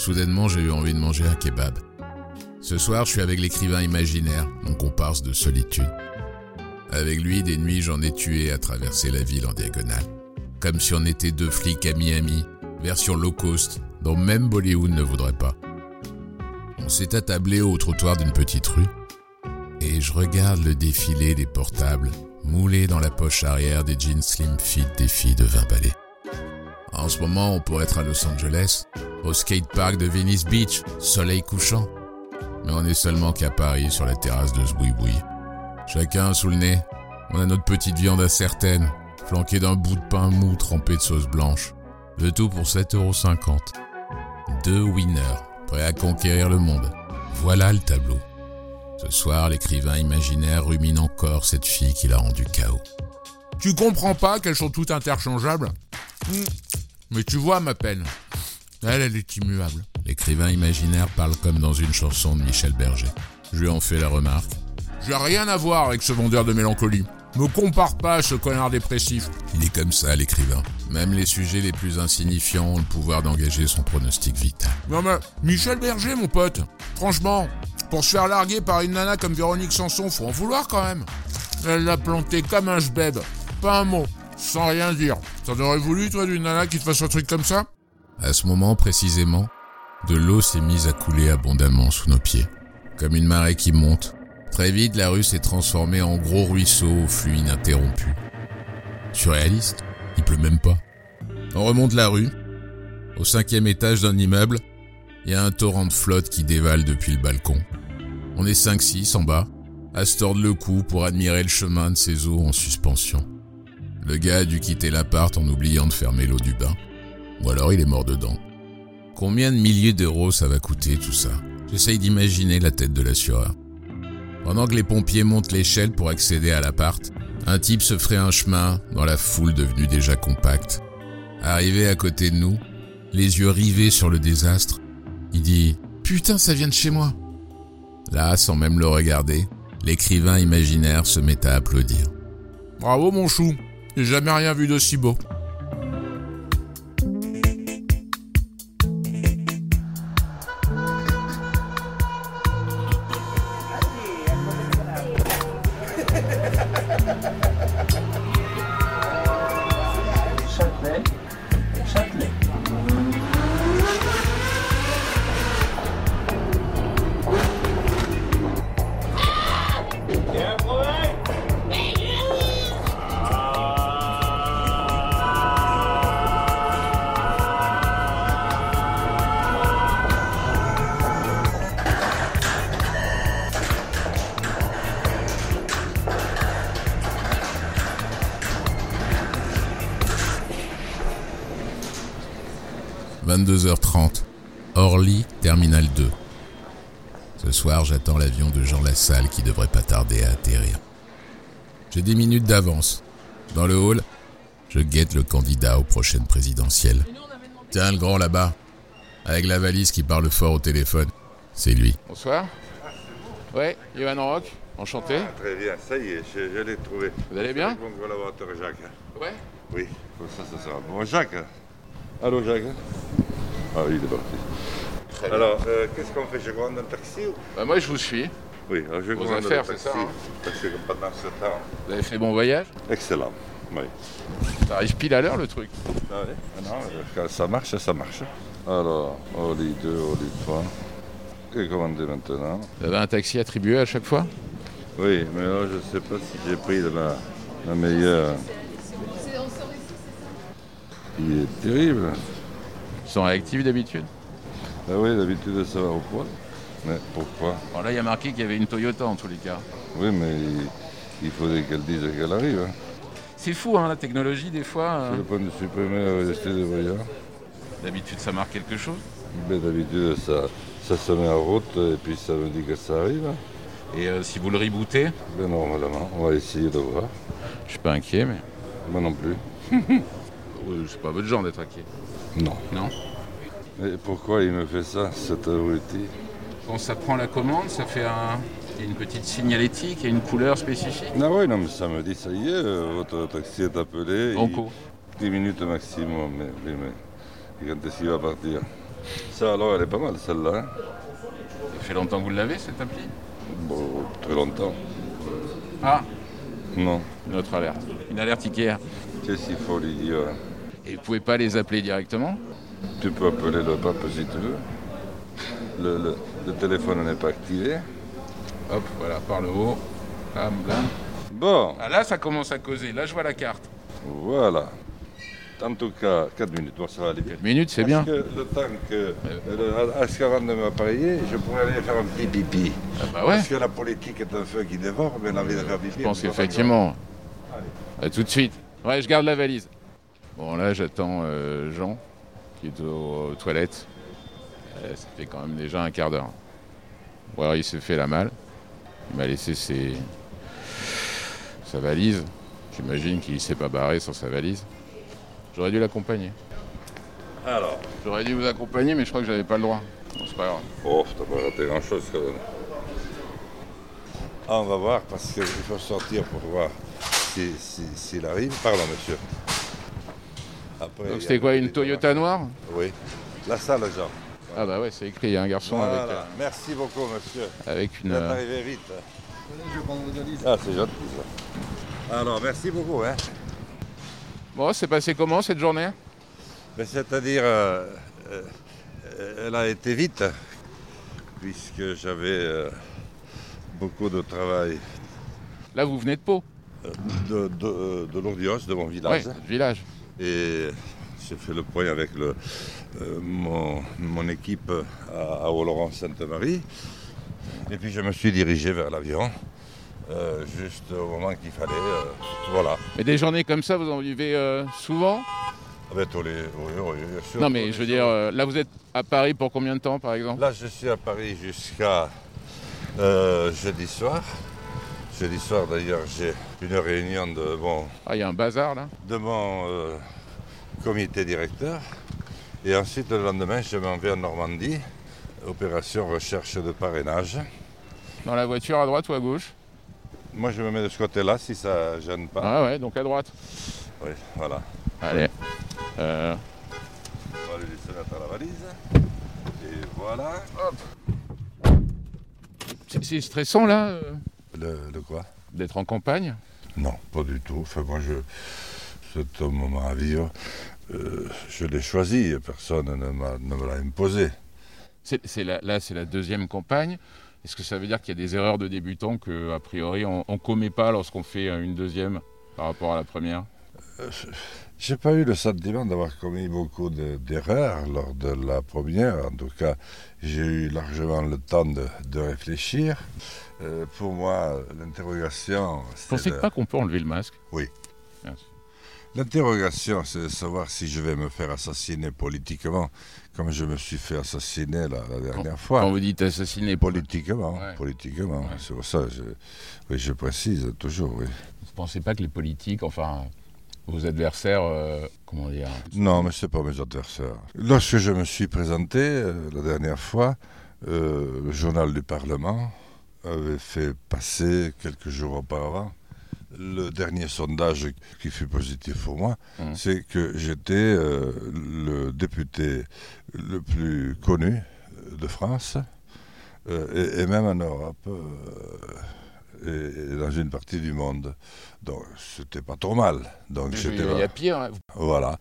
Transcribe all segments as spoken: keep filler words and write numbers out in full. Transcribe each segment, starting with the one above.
Soudainement, j'ai eu envie de manger un kebab. Ce soir, je suis avec l'écrivain imaginaire, mon comparse de solitude. Avec lui, des nuits, j'en ai tué à traverser la ville en diagonale. Comme si on était deux flics à Miami, version low cost, dont même Bollywood ne voudrait pas. On s'est attablé au trottoir d'une petite rue, et je regarde le défilé des portables, moulés dans la poche arrière des jeans slim fit des filles de vingt balais. En ce moment, on pourrait être à Los Angeles, au skatepark de Venice Beach, soleil couchant. Mais on est seulement qu'à Paris, sur la terrasse de ce boui-boui. Chacun sous le nez, on a notre petite viande incertaine, flanquée d'un bout de pain mou trempé de sauce blanche. Le tout pour sept euros cinquante. Deux winners, prêts à conquérir le monde. Voilà le tableau. Ce soir, l'écrivain imaginaire rumine encore cette fille qui l'a rendu K O. Tu comprends pas qu'elles sont toutes interchangeables ? mmh. Mais tu vois ma peine. Elle, elle est immuable. L'écrivain imaginaire parle comme dans une chanson de Michel Berger. Je lui en fais la remarque. J'ai rien à voir avec ce vendeur de mélancolie. Me compare pas à ce connard dépressif. Il est comme ça, l'écrivain. Même les sujets les plus insignifiants ont le pouvoir d'engager son pronostic vital. Non mais, Michel Berger, mon pote. Franchement, pour se faire larguer par une nana comme Véronique Sanson, faut en vouloir quand même. Elle l'a planté comme un jbeb. Pas un mot. Sans rien dire. T'en aurais voulu, toi, d'une nana qui te fasse un truc comme ça ? À ce moment, précisément, de l'eau s'est mise à couler abondamment sous nos pieds. Comme une marée qui monte. Très vite, la rue s'est transformée en gros ruisseau au flux ininterrompu. Surréaliste, il pleut même pas. On remonte la rue. Au cinquième étage d'un immeuble, il y a un torrent de flotte qui dévale depuis le balcon. On est cinq six en bas, à se tordre le cou pour admirer le chemin de ces eaux en suspension. Le gars a dû quitter l'appart en oubliant de fermer l'eau du bain. Ou alors il est mort dedans. Combien de milliers d'euros ça va coûter tout ça ? J'essaye d'imaginer la tête de l'assureur. Pendant que les pompiers montent l'échelle pour accéder à l'appart, un type se ferait un chemin dans la foule devenue déjà compacte. Arrivé à côté de nous, les yeux rivés sur le désastre, il dit « Putain, ça vient de chez moi !» Là, sans même le regarder, l'écrivain imaginaire se met à applaudir. « Bravo mon chou, j'ai jamais rien vu d'aussi beau. » Châtelet, Châtelet. Bien trouvé. vingt-deux heures trente, Orly, Terminal deux. Ce soir, j'attends l'avion de Jean Lassalle qui devrait pas tarder à atterrir. J'ai des minutes d'avance. Dans le hall, je guette le candidat aux prochaines présidentielles. Tiens, le grand là-bas, avec la valise qui parle fort au téléphone. C'est lui. Bonsoir. Ouais, Johan Rock, enchanté. Ah, très bien, ça y est, je, je l'ai trouvé. Vous allez bien ? Mon collaborateur Jacques. Ouais. Oui, comme ça, ça sera bon. Jacques. Allô, Jacques. Ah oui, il est parti. Très bien. Alors, euh, qu'est-ce qu'on fait? Je commande un taxi ou... Bah moi, je vous suis. Oui, alors je Vos commande affaires, un taxi. c'est ça, hein? Parce que pendant ce temps... Vous avez fait bon voyage ? Excellent, oui. Ça arrive pile à l'heure, le truc. Ah oui, ah non, quand ça marche, ça marche. Alors, au lit deux, au lit trois. Et commandé maintenant. Vous avez un taxi attribué à chaque fois ? Oui, mais là, je ne sais pas si j'ai pris la, la meilleure. Il est terrible. Ils sont réactifs d'habitude ? Ah oui, d'habitude, ça va au poids. Mais pourquoi? Bon, là, il y a marqué qu'il y avait une Toyota en tous les cas. Oui, mais il, il faudrait qu'elle dise qu'elle arrive. Hein. C'est fou, hein, la technologie, des fois. Sur euh... le point de supprimer la rester de voyants. D'habitude, ça marque quelque chose. Mais d'habitude, ça, ça se met en route et puis ça me dit que ça arrive. Et euh, si vous le rebootez ? Ben normalement, on va essayer de voir. Je suis pas inquiet, mais... Moi non plus. euh, c'est pas votre genre d'être inquiet. Non. Non ? Et pourquoi il me fait ça, cet abruti? Quand ça prend la commande, ça fait un... Il y a une petite signalétique, il y a une couleur spécifique. Ah oui, non, mais ça me dit, ça y est, euh, votre taxi est appelé. Banco. dix minutes maximum, mais, mais, mais. Et quand est-ce qu'il va partir? Ça alors, elle est pas mal celle-là. Hein. Ça fait longtemps que vous l'avez, cette appli? Bon, très longtemps. Ah, Non. une autre alerte. Une alerte Ikea. Qu'est-ce qu'il faut lui dire? Et vous pouvez pas les appeler directement? Tu peux appeler le pape si tu veux. Le, le, le téléphone n'est pas activé. Hop, voilà, par le haut. Blam, blam. Bon, Ah là, ça commence à causer. Là, je vois la carte. voilà. En tout cas, quatre minutes, moi ça va aller vite. quatre minutes, c'est bien. Parce que le temps que, le- à ce qu'avant de m'appareiller, je pourrais aller faire un petit pipi. Ah bah ouais. Parce que la politique est un feu qui dévore, mais l'envie de faire pipi... Je pense qu'effectivement. À tout de suite. Ouais, je garde la valise. Bon, là, j'attends euh, Jean, qui est aux, aux toilettes. Euh, ça fait quand même déjà un quart d'heure. Ou alors, il s'est fait la malle. Il m'a laissé ses... sa valise. J'imagine qu'il ne s'est pas barré sans sa valise. J'aurais dû l'accompagner. Alors, J'aurais dû vous accompagner, mais je crois que j'avais pas le droit. Bon, c'est pas grave. oh, t'as pas raté grand-chose quand même. Ah, on va voir, parce qu'il faut sortir pour voir s'il si, si, s'il arrive. Pardon, monsieur. Après, Donc il y c'était a quoi, le une petit Toyota noire? Oui. La salle, Jean. Ah bah ouais, c'est écrit, il y a un garçon Voilà. avec, euh, Merci beaucoup, monsieur. avec une... Vous êtes euh, arrivé vite. Ah, c'est gentil, ça. Alors, merci beaucoup. Hein. Bon, c'est passé comment cette journée? Ben, c'est-à-dire, euh, euh, elle a été vite, puisque j'avais euh, beaucoup de travail Là, vous venez de Pau? de, de, de Lourdios, de mon Ouais, village. votre village. Et j'ai fait le point avec le, euh, mon, mon équipe à, à Oloron-Sainte-Marie. Et puis je me suis dirigé vers l'avion, euh, juste au moment qu'il fallait. euh, voilà. Mais des journées comme ça, vous en vivez euh, souvent? Avec tous les, oui, oui, bien sûr, Non, tous mais les je veux jours. dire, euh, là, vous êtes à Paris pour combien de temps, par exemple? Là, je suis à Paris jusqu'à euh, jeudi soir. Jeudi soir, d'ailleurs, j'ai une réunion de mon, Ah, il y a un bazar, là. de mon euh, comité directeur. Et ensuite, le lendemain, je m'en vais en Normandie. Opération recherche de parrainage. Dans la voiture, à droite ou à gauche? Moi, je me mets de ce côté-là, si ça ne gêne pas. Ah ouais, donc à droite. Oui, voilà. Allez. Euh, On va lui laisser mettre à la valise. Et voilà. c'est c'est stressant, là, euh, Le, le quoi? d'être en campagne? Non, pas du tout. Enfin, moi, je, c'est un moment à vivre. Euh, je l'ai choisi. Personne ne, m'a, ne me l'a imposé. C'est, c'est la, là, c'est la deuxième campagne. Est-ce que ça veut dire qu'il y a des erreurs de débutants qu'a priori on ne commet pas lorsqu'on fait euh, une deuxième par rapport à la première? J'ai pas eu le sentiment d'avoir commis beaucoup de, d'erreurs lors de la première. En tout cas, j'ai eu largement le temps de, de réfléchir. Euh, pour moi, l'interrogation... Vous pensez de... pas qu'on peut enlever le masque? Oui. Merci. L'interrogation, c'est de savoir si je vais me faire assassiner politiquement, comme je me suis fait assassiner la, la dernière fois. Quand vous dites assassiner Politiquement, Ouais. politiquement. Ouais. C'est pour ça que je, oui, je précise toujours, oui. vous ne pensez pas que les politiques, enfin vos adversaires, euh, comment dire? Non, mais ce n'est pas mes adversaires. Lorsque je me suis présenté euh, la dernière fois, euh, le journal du Parlement avait fait passer quelques jours auparavant le dernier sondage qui fut positif pour moi, Mmh. c'est que j'étais euh, le député le plus connu de France, euh, et, et même en Europe, euh, et, et dans une partie du monde. Donc c'était pas trop mal. Donc Il j'étais y a pire. Hein. Voilà.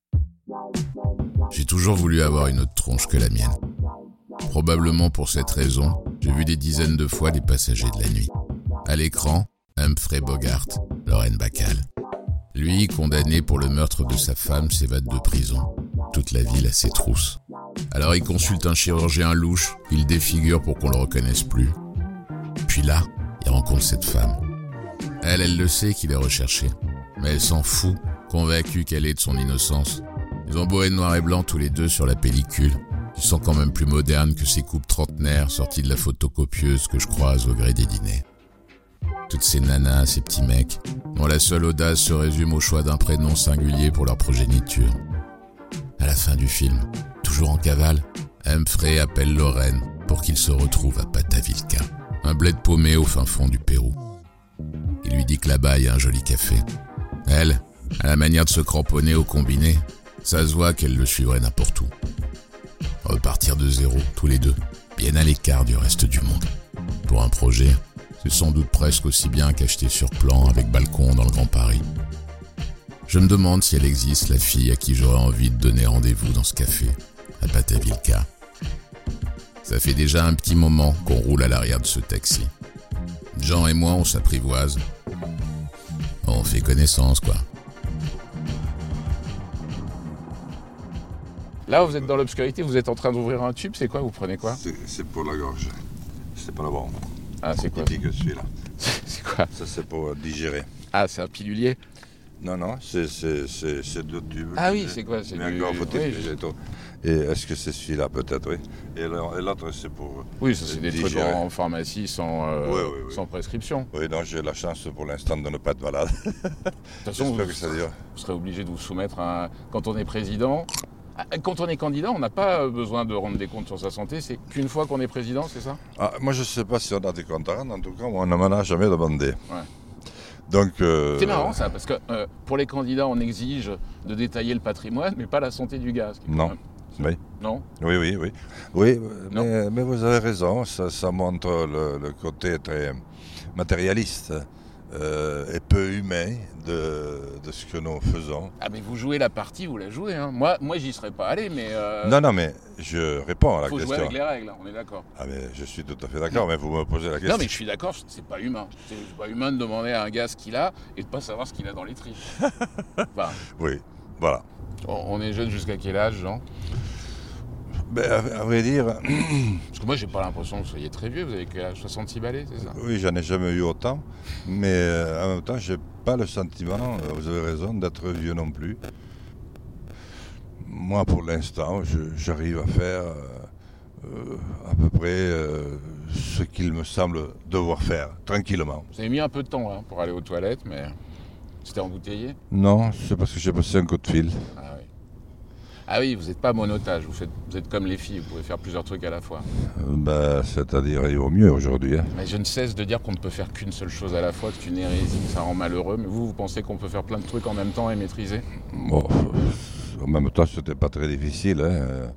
J'ai toujours voulu avoir une autre tronche que la mienne. Probablement pour cette raison, j'ai vu des dizaines de fois Les Passagers de la nuit. À l'écran, Humphrey Bogart, Lorraine Bacall. Lui, condamné pour le meurtre de sa femme, s'évade de prison. Toute la ville a ses trousses. Alors il consulte un chirurgien louche, il défigure pour qu'on le reconnaisse plus. Puis là, il rencontre cette femme. Elle, elle le sait qu'il est recherché, mais elle s'en fout, convaincue qu'elle est de son innocence. Ils ont beau être noir et blanc tous les deux sur la pellicule. Ils sont quand même plus modernes que ces couples trentenaires sortis de la photocopieuse que je croise au gré des dîners. Toutes ces nanas, ces petits mecs, dont la seule audace se résume au choix d'un prénom singulier pour leur progéniture. À la fin du film, toujours en cavale, Humphrey appelle Lorraine pour qu'ils se retrouvent à Patavilca, un bled paumé au fin fond du Pérou. Il lui dit que là-bas, il y a un joli café. Elle, à la manière de se cramponner au combiné, ça se voit qu'elle le suivrait n'importe où. Reparti partir de zéro, tous les deux, bien à l'écart du reste du monde. Pour un projet, c'est sans doute presque aussi bien qu'acheter sur plan avec balcon dans le Grand Paris. Je me demande si elle existe, la fille à qui j'aurais envie de donner rendez-vous dans ce café, à Batavilka. Ça fait déjà un petit moment qu'on roule à l'arrière de ce taxi. Jean et moi, on s'apprivoise. On fait connaissance, quoi. Là, vous êtes dans l'obscurité, vous êtes en train d'ouvrir un tube, c'est quoi? Vous prenez quoi? C'est, c'est pour la gorge. C'est pas la bombe. Ah, c'est quoi? Typique celui-là. C'est quoi? Ça, c'est pour digérer. Ah, c'est un pilulier? Non, non, c'est, c'est, c'est, c'est deux tubes. Ah oui, c'est quoi? C'est Mais du... encore faut-il oui, que je- j'ai tout. Et est-ce que c'est celui-là, peut-être, oui. Et l'autre, et l'autre, c'est pour... Oui, ça c'est des trucs digérer. en pharmacie sans, euh, Oui, oui, oui. sans prescription. Oui, non, j'ai la chance pour l'instant de ne pas être malade. De toute façon, J'espère vous, que ça dure. vous serez obligé de vous soumettre à un... Quand on est président... Ah, quand on est candidat, on n'a pas besoin de rendre des comptes sur sa santé, c'est qu'une fois qu'on est président, c'est ça? Ah, moi, je ne sais pas si on a des comptes à rendre. En tout cas, moi, on ne m'en a jamais demandé. Ouais. Donc... euh, C'est marrant ça, parce que euh, pour les candidats, on exige de détailler le patrimoine, mais pas la santé du gars. ce qui est Non. quand même- Oui. Non. Oui, oui, oui. Oui, Non. mais, mais vous avez raison, ça, ça montre le, le côté très matérialiste euh, et peu humain de, de ce que nous faisons. Ah mais vous jouez la partie, vous la jouez. Hein. Moi, moi, j'y serais pas allé, mais euh, Non, non, mais je réponds à la faut jouer question. avec les règles. On est d'accord. Ah, mais je suis tout à fait d'accord, mais vous me posez la question. Non, mais je suis d'accord, c'est pas humain. C'est c'est pas humain de demander à un gars ce qu'il a et de pas savoir ce qu'il a dans les tripes. Enfin, Oui, voilà. on on est jeune jusqu'à quel âge, Jean? Ben, à, à vrai dire, Parce que moi, j'ai pas l'impression que vous soyez très vieux. Vous avez quel âge? soixante-six balais, c'est ça? oui, j'en ai jamais eu autant, mais euh, en même temps, j'ai pas le sentiment, euh, vous avez raison, d'être vieux non plus. Moi, pour l'instant, je- j'arrive à faire euh, euh, à peu près euh, ce qu'il me semble devoir faire, tranquillement. Vous avez mis un peu de temps hein, pour aller aux toilettes, mais c'était embouteillé. Non, c'est parce que j'ai passé un coup de fil. Ah oui. Ah oui, vous n'êtes pas monotage, vous, faites, vous êtes comme les filles, vous pouvez faire plusieurs trucs à la fois. Euh, ben, c'est-à-dire, il vaut mieux aujourd'hui. hein. Mais je ne cesse de dire qu'on ne peut faire qu'une seule chose à la fois, que c'est une hérésie, que ça rend malheureux. Mais vous, vous pensez qu'on peut faire plein de trucs en même temps et maîtriser? Bon, euh, en même temps, c'était pas très difficile. Hein.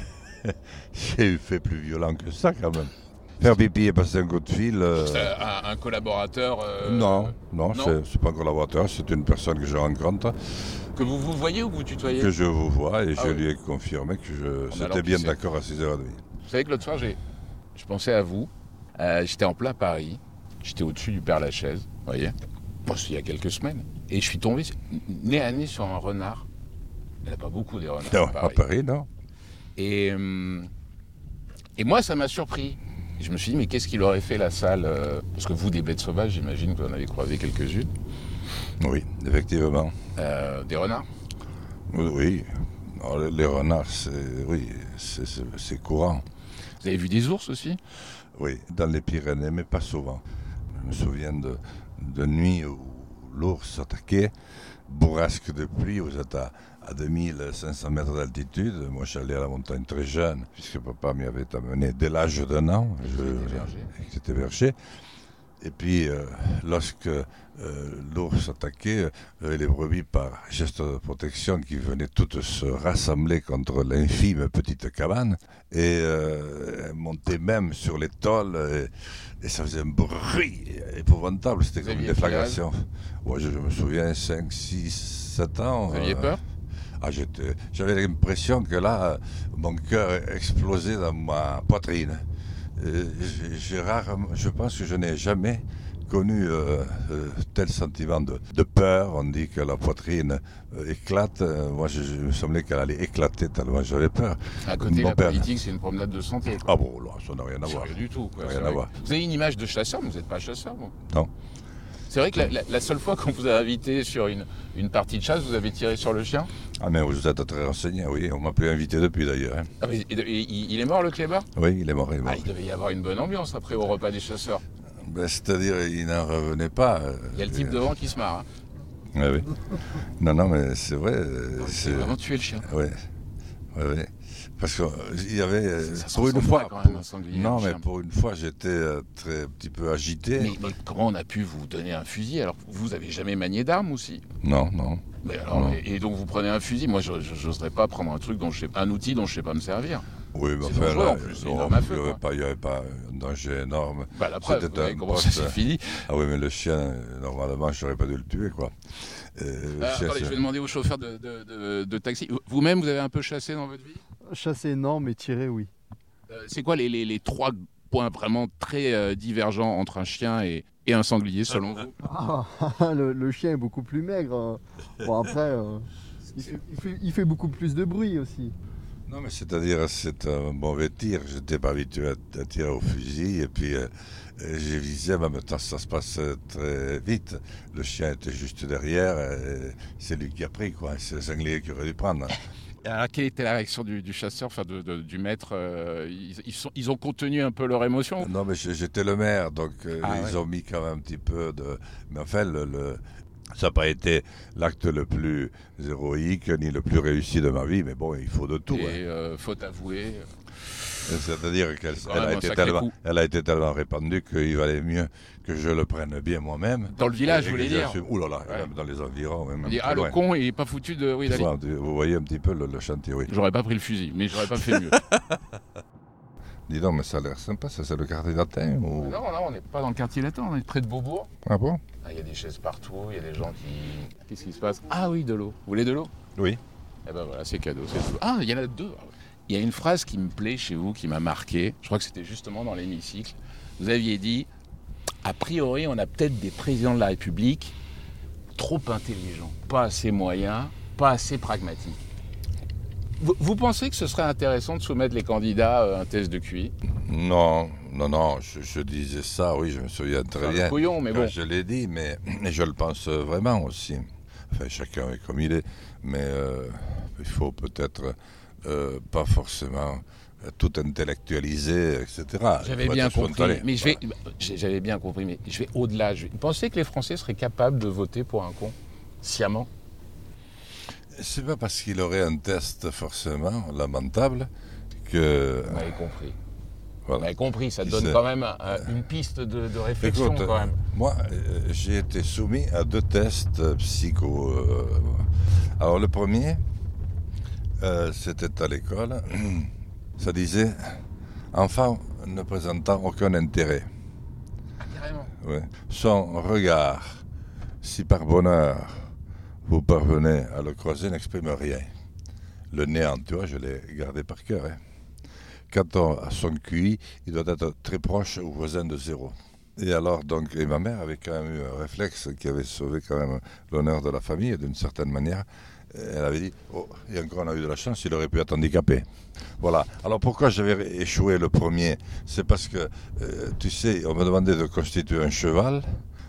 J'ai eu fait plus violent que ça, quand même. Faire pipi et passer un coup de fil... euh, C'est un, un collaborateur euh, Non, non, non c'est, c'est pas un collaborateur, c'est une personne que je rencontre, que vous vous voyez ou vous tutoyez? que je vous vois et Ah je oui. lui ai confirmé que je, En c'était allant bien pisser. d'accord à six heures trente. Vous savez que l'autre soir, j'ai, je pensais à vous. Euh, j'étais en plein Paris. J'étais au-dessus du Père-Lachaise, vous voyez. Bon, c'est il y a quelques semaines. Et je suis tombé nez à nez sur un renard. Il n'y en a pas beaucoup des renards Non, à à Paris. Paris, non. Et, hum, et moi, ça m'a surpris. Et je me suis dit, mais qu'est-ce qu'il aurait fait la salle euh, Parce que vous, des bêtes sauvages, j'imagine que vous en avez croisé quelques-unes. Oui, effectivement. Euh, des renards. Oui, oui. Alors, les, les renards, c'est, oui, c'est, c'est, c'est courant. Vous avez vu des ours aussi? Oui, dans les Pyrénées, mais pas souvent. Je me souviens de, de nuits où l'ours attaquait, bourrasque de pluie, vous êtes à, à deux mille cinq cents mètres d'altitude. Moi, j'allais à la montagne très jeune, puisque papa m'y avait amené dès l'âge d'un an. Je- J'étais berger. J'étais berger. Et puis, euh, lorsque euh, l'ours attaquait, euh, les brebis, par geste de protection, qui venaient toutes se rassembler contre l'infime petite cabane, et euh, elles montaient même sur les tôles, et, et ça faisait un bruit épouvantable, c'était Vous comme une aviez quel âge? déflagration. Ouais, je, je me souviens, cinq, six, sept ans. Vous aviez euh, peur? ah, j'étais- J'avais l'impression que là, euh, mon cœur explosait dans ma poitrine. Euh, j'ai- j'ai rarement, je pense que je n'ai jamais connu euh, euh, tel sentiment de, de peur. On dit que la poitrine euh, éclate. Euh, moi, je, je me semblait qu'elle allait éclater tellement j'avais peur. À côté, Mon la père- politique, c'est une promenade de santé. quoi. Ah bon, là, ça n'a rien à C'est voir. rien du tout. Quoi. Rien C'est à vrai. voir. Vous avez une image de chasseur, mais vous n'êtes pas chasseur. Vous. Non. C'est vrai que la, la- la seule fois qu'on vous a invité sur une, une partie de chasse, vous avez tiré sur le chien. Ah, mais vous êtes très renseigné, oui. On m'a plus invité depuis d'ailleurs. hein. Ah, mais- et- et- il il est mort, le clébard? Oui, il est mort. Il est mort. Ah, il devait y avoir une bonne ambiance après au repas des chasseurs. Ben, c'est-à-dire, il n'en revenait pas. euh, Il y a le type euh, devant qui se marre. Hein. Oui, oui. Non, non, mais c'est vrai. euh, Il c'est... a vraiment tué le chien. Oui, oui, oui. Parce qu'il y avait, euh, Ça pour s'en une sent fois, pas, quand même, pour- un sanglier, non, un mais chien. pour une fois, j'étais euh, très un petit peu agité. Mais, mais comment on a pu vous donner un fusil alors que vous avez jamais manié d'armes aussi? Non, non. Mais alors, Non. et, et donc vous prenez un fusil? Moi, je n'oserais pas prendre un truc dont je sais, un outil dont je sais pas me servir. Oui, mais C'est enfin, dangereux, là, en plus, c'est une non, arme à il feu, n'y avait, quoi. pas- il y avait pas un danger énorme. Bah la preuve, C'était vous voyez un comment ça pote, s'est fini. Ah oui, mais le chien, normalement, je n'aurais pas dû le tuer, quoi. Euh, le Euh, chien, attendez, c'est- je vais demander au chauffeur de, de, de, de taxi. Vous-même, vous avez un peu chassé dans votre vie? Chasser, non, mais tirer, oui. Euh, C'est quoi les, les, les trois points vraiment très euh, divergents entre un chien et, et un sanglier, selon vous? Ah, le, le chien est beaucoup plus maigre. hein. Bon, après, euh, il, fait, il fait- il fait beaucoup plus de bruit aussi. Non, mais c'est-à-dire, c'est un mauvais tir. Je n'étais pas habitué à, à tirer au fusil. Et puis, euh, j'ai visé, en même temps, ça se passe très vite. Le chien était juste derrière. et C'est lui qui a pris, quoi. C'est le sanglier qui aurait dû prendre. Alors, quelle était la réaction du, du chasseur, enfin de, de- du maître euh, ils, ils, sont, ils ont contenu un peu leur émotion? Non, mais j'ai- j'étais le maire, donc euh, Ah, ils ouais. ont mis quand même un petit peu de... Mais enfin, le, le- ça n'a pas été l'acte le plus héroïque ni le plus réussi de ma vie, mais bon, il faut de tout. Et hein. euh, faut avouer. C'est-à-dire qu'elle quand elle même a, un été sacré tellement, coup. elle a été tellement répandue qu'il valait mieux que je le prenne bien moi-même. Dans le village, Et vous que voulez je dire? assume- Ouh là là, Ouais. même dans les environs. Même On un dit, peu ah, le loin. con, il est pas foutu de. Oui, d'aller. Voilà, vous voyez un petit peu le, le chantier, oui. J'aurais pas pris le fusil, mais j'aurais pas fait mieux. Dis donc, mais ça a l'air sympa, ça c'est le quartier latin ou... Non, là, on n'est pas dans le quartier latin, on est près de Beaubourg. Ah bon? Ah, il y a des chaises partout, il y a des gens qui. Qu'est-ce qui se passe? Ah oui, de l'eau. Vous voulez de l'eau? Oui. Eh ben voilà, c'est cadeau, c'est de l'eau. Ah, il y en a deux. Il y a une phrase qui me plaît chez vous, qui m'a marqué. Je crois que c'était justement dans l'hémicycle. Vous aviez dit, a priori, on a peut-être des présidents de la République trop intelligents, pas assez moyens, pas assez pragmatiques. Vous, vous pensez que ce serait intéressant de soumettre les candidats à un test de Q I? Non, non, non, je, je disais ça, oui, je me souviens très Enfin, bien. le couillon, mais Quand bon. je l'ai dit, mais je le pense vraiment aussi. Enfin, chacun est comme il est, mais euh, il faut peut-être euh, pas forcément tout intellectualiser, et cetera. J'avais Faut bien être compris, spontané. mais je vais, Voilà. j'ai- j'avais bien compris, mais je vais au-delà. Je vais- Vous pensez que les Français seraient capables de voter pour un con sciemment? C'est pas parce qu'il aurait un test forcément lamentable que... Vous m'avez compris. Vous Voilà. m'avez compris, ça Qui donne sait quand même un- une piste de, de réflexion Écoute, quand même. moi, euh, j'ai été soumis à deux tests euh, psycho. euh, Alors, le premier, euh, c'était à l'école. Ça disait enfant ne présentant aucun intérêt. Ah, carrément. Ouais. Son regard, si par bonheur vous parvenez à le croiser, n'exprime rien. Le néant, tu vois, je l'ai gardé par cœur. Hein. Quant à son Q I, il doit être très proche ou voisin de zéro. Et alors, donc, et ma mère avait quand même eu un réflexe qui avait sauvé quand même l'honneur de la famille, d'une certaine manière. Elle avait dit, oh, et encore on a eu de la chance, il aurait pu être handicapé. Voilà. Alors pourquoi j'avais échoué le premier? C'est parce que, euh, tu sais, on m'a demandé de constituer un cheval.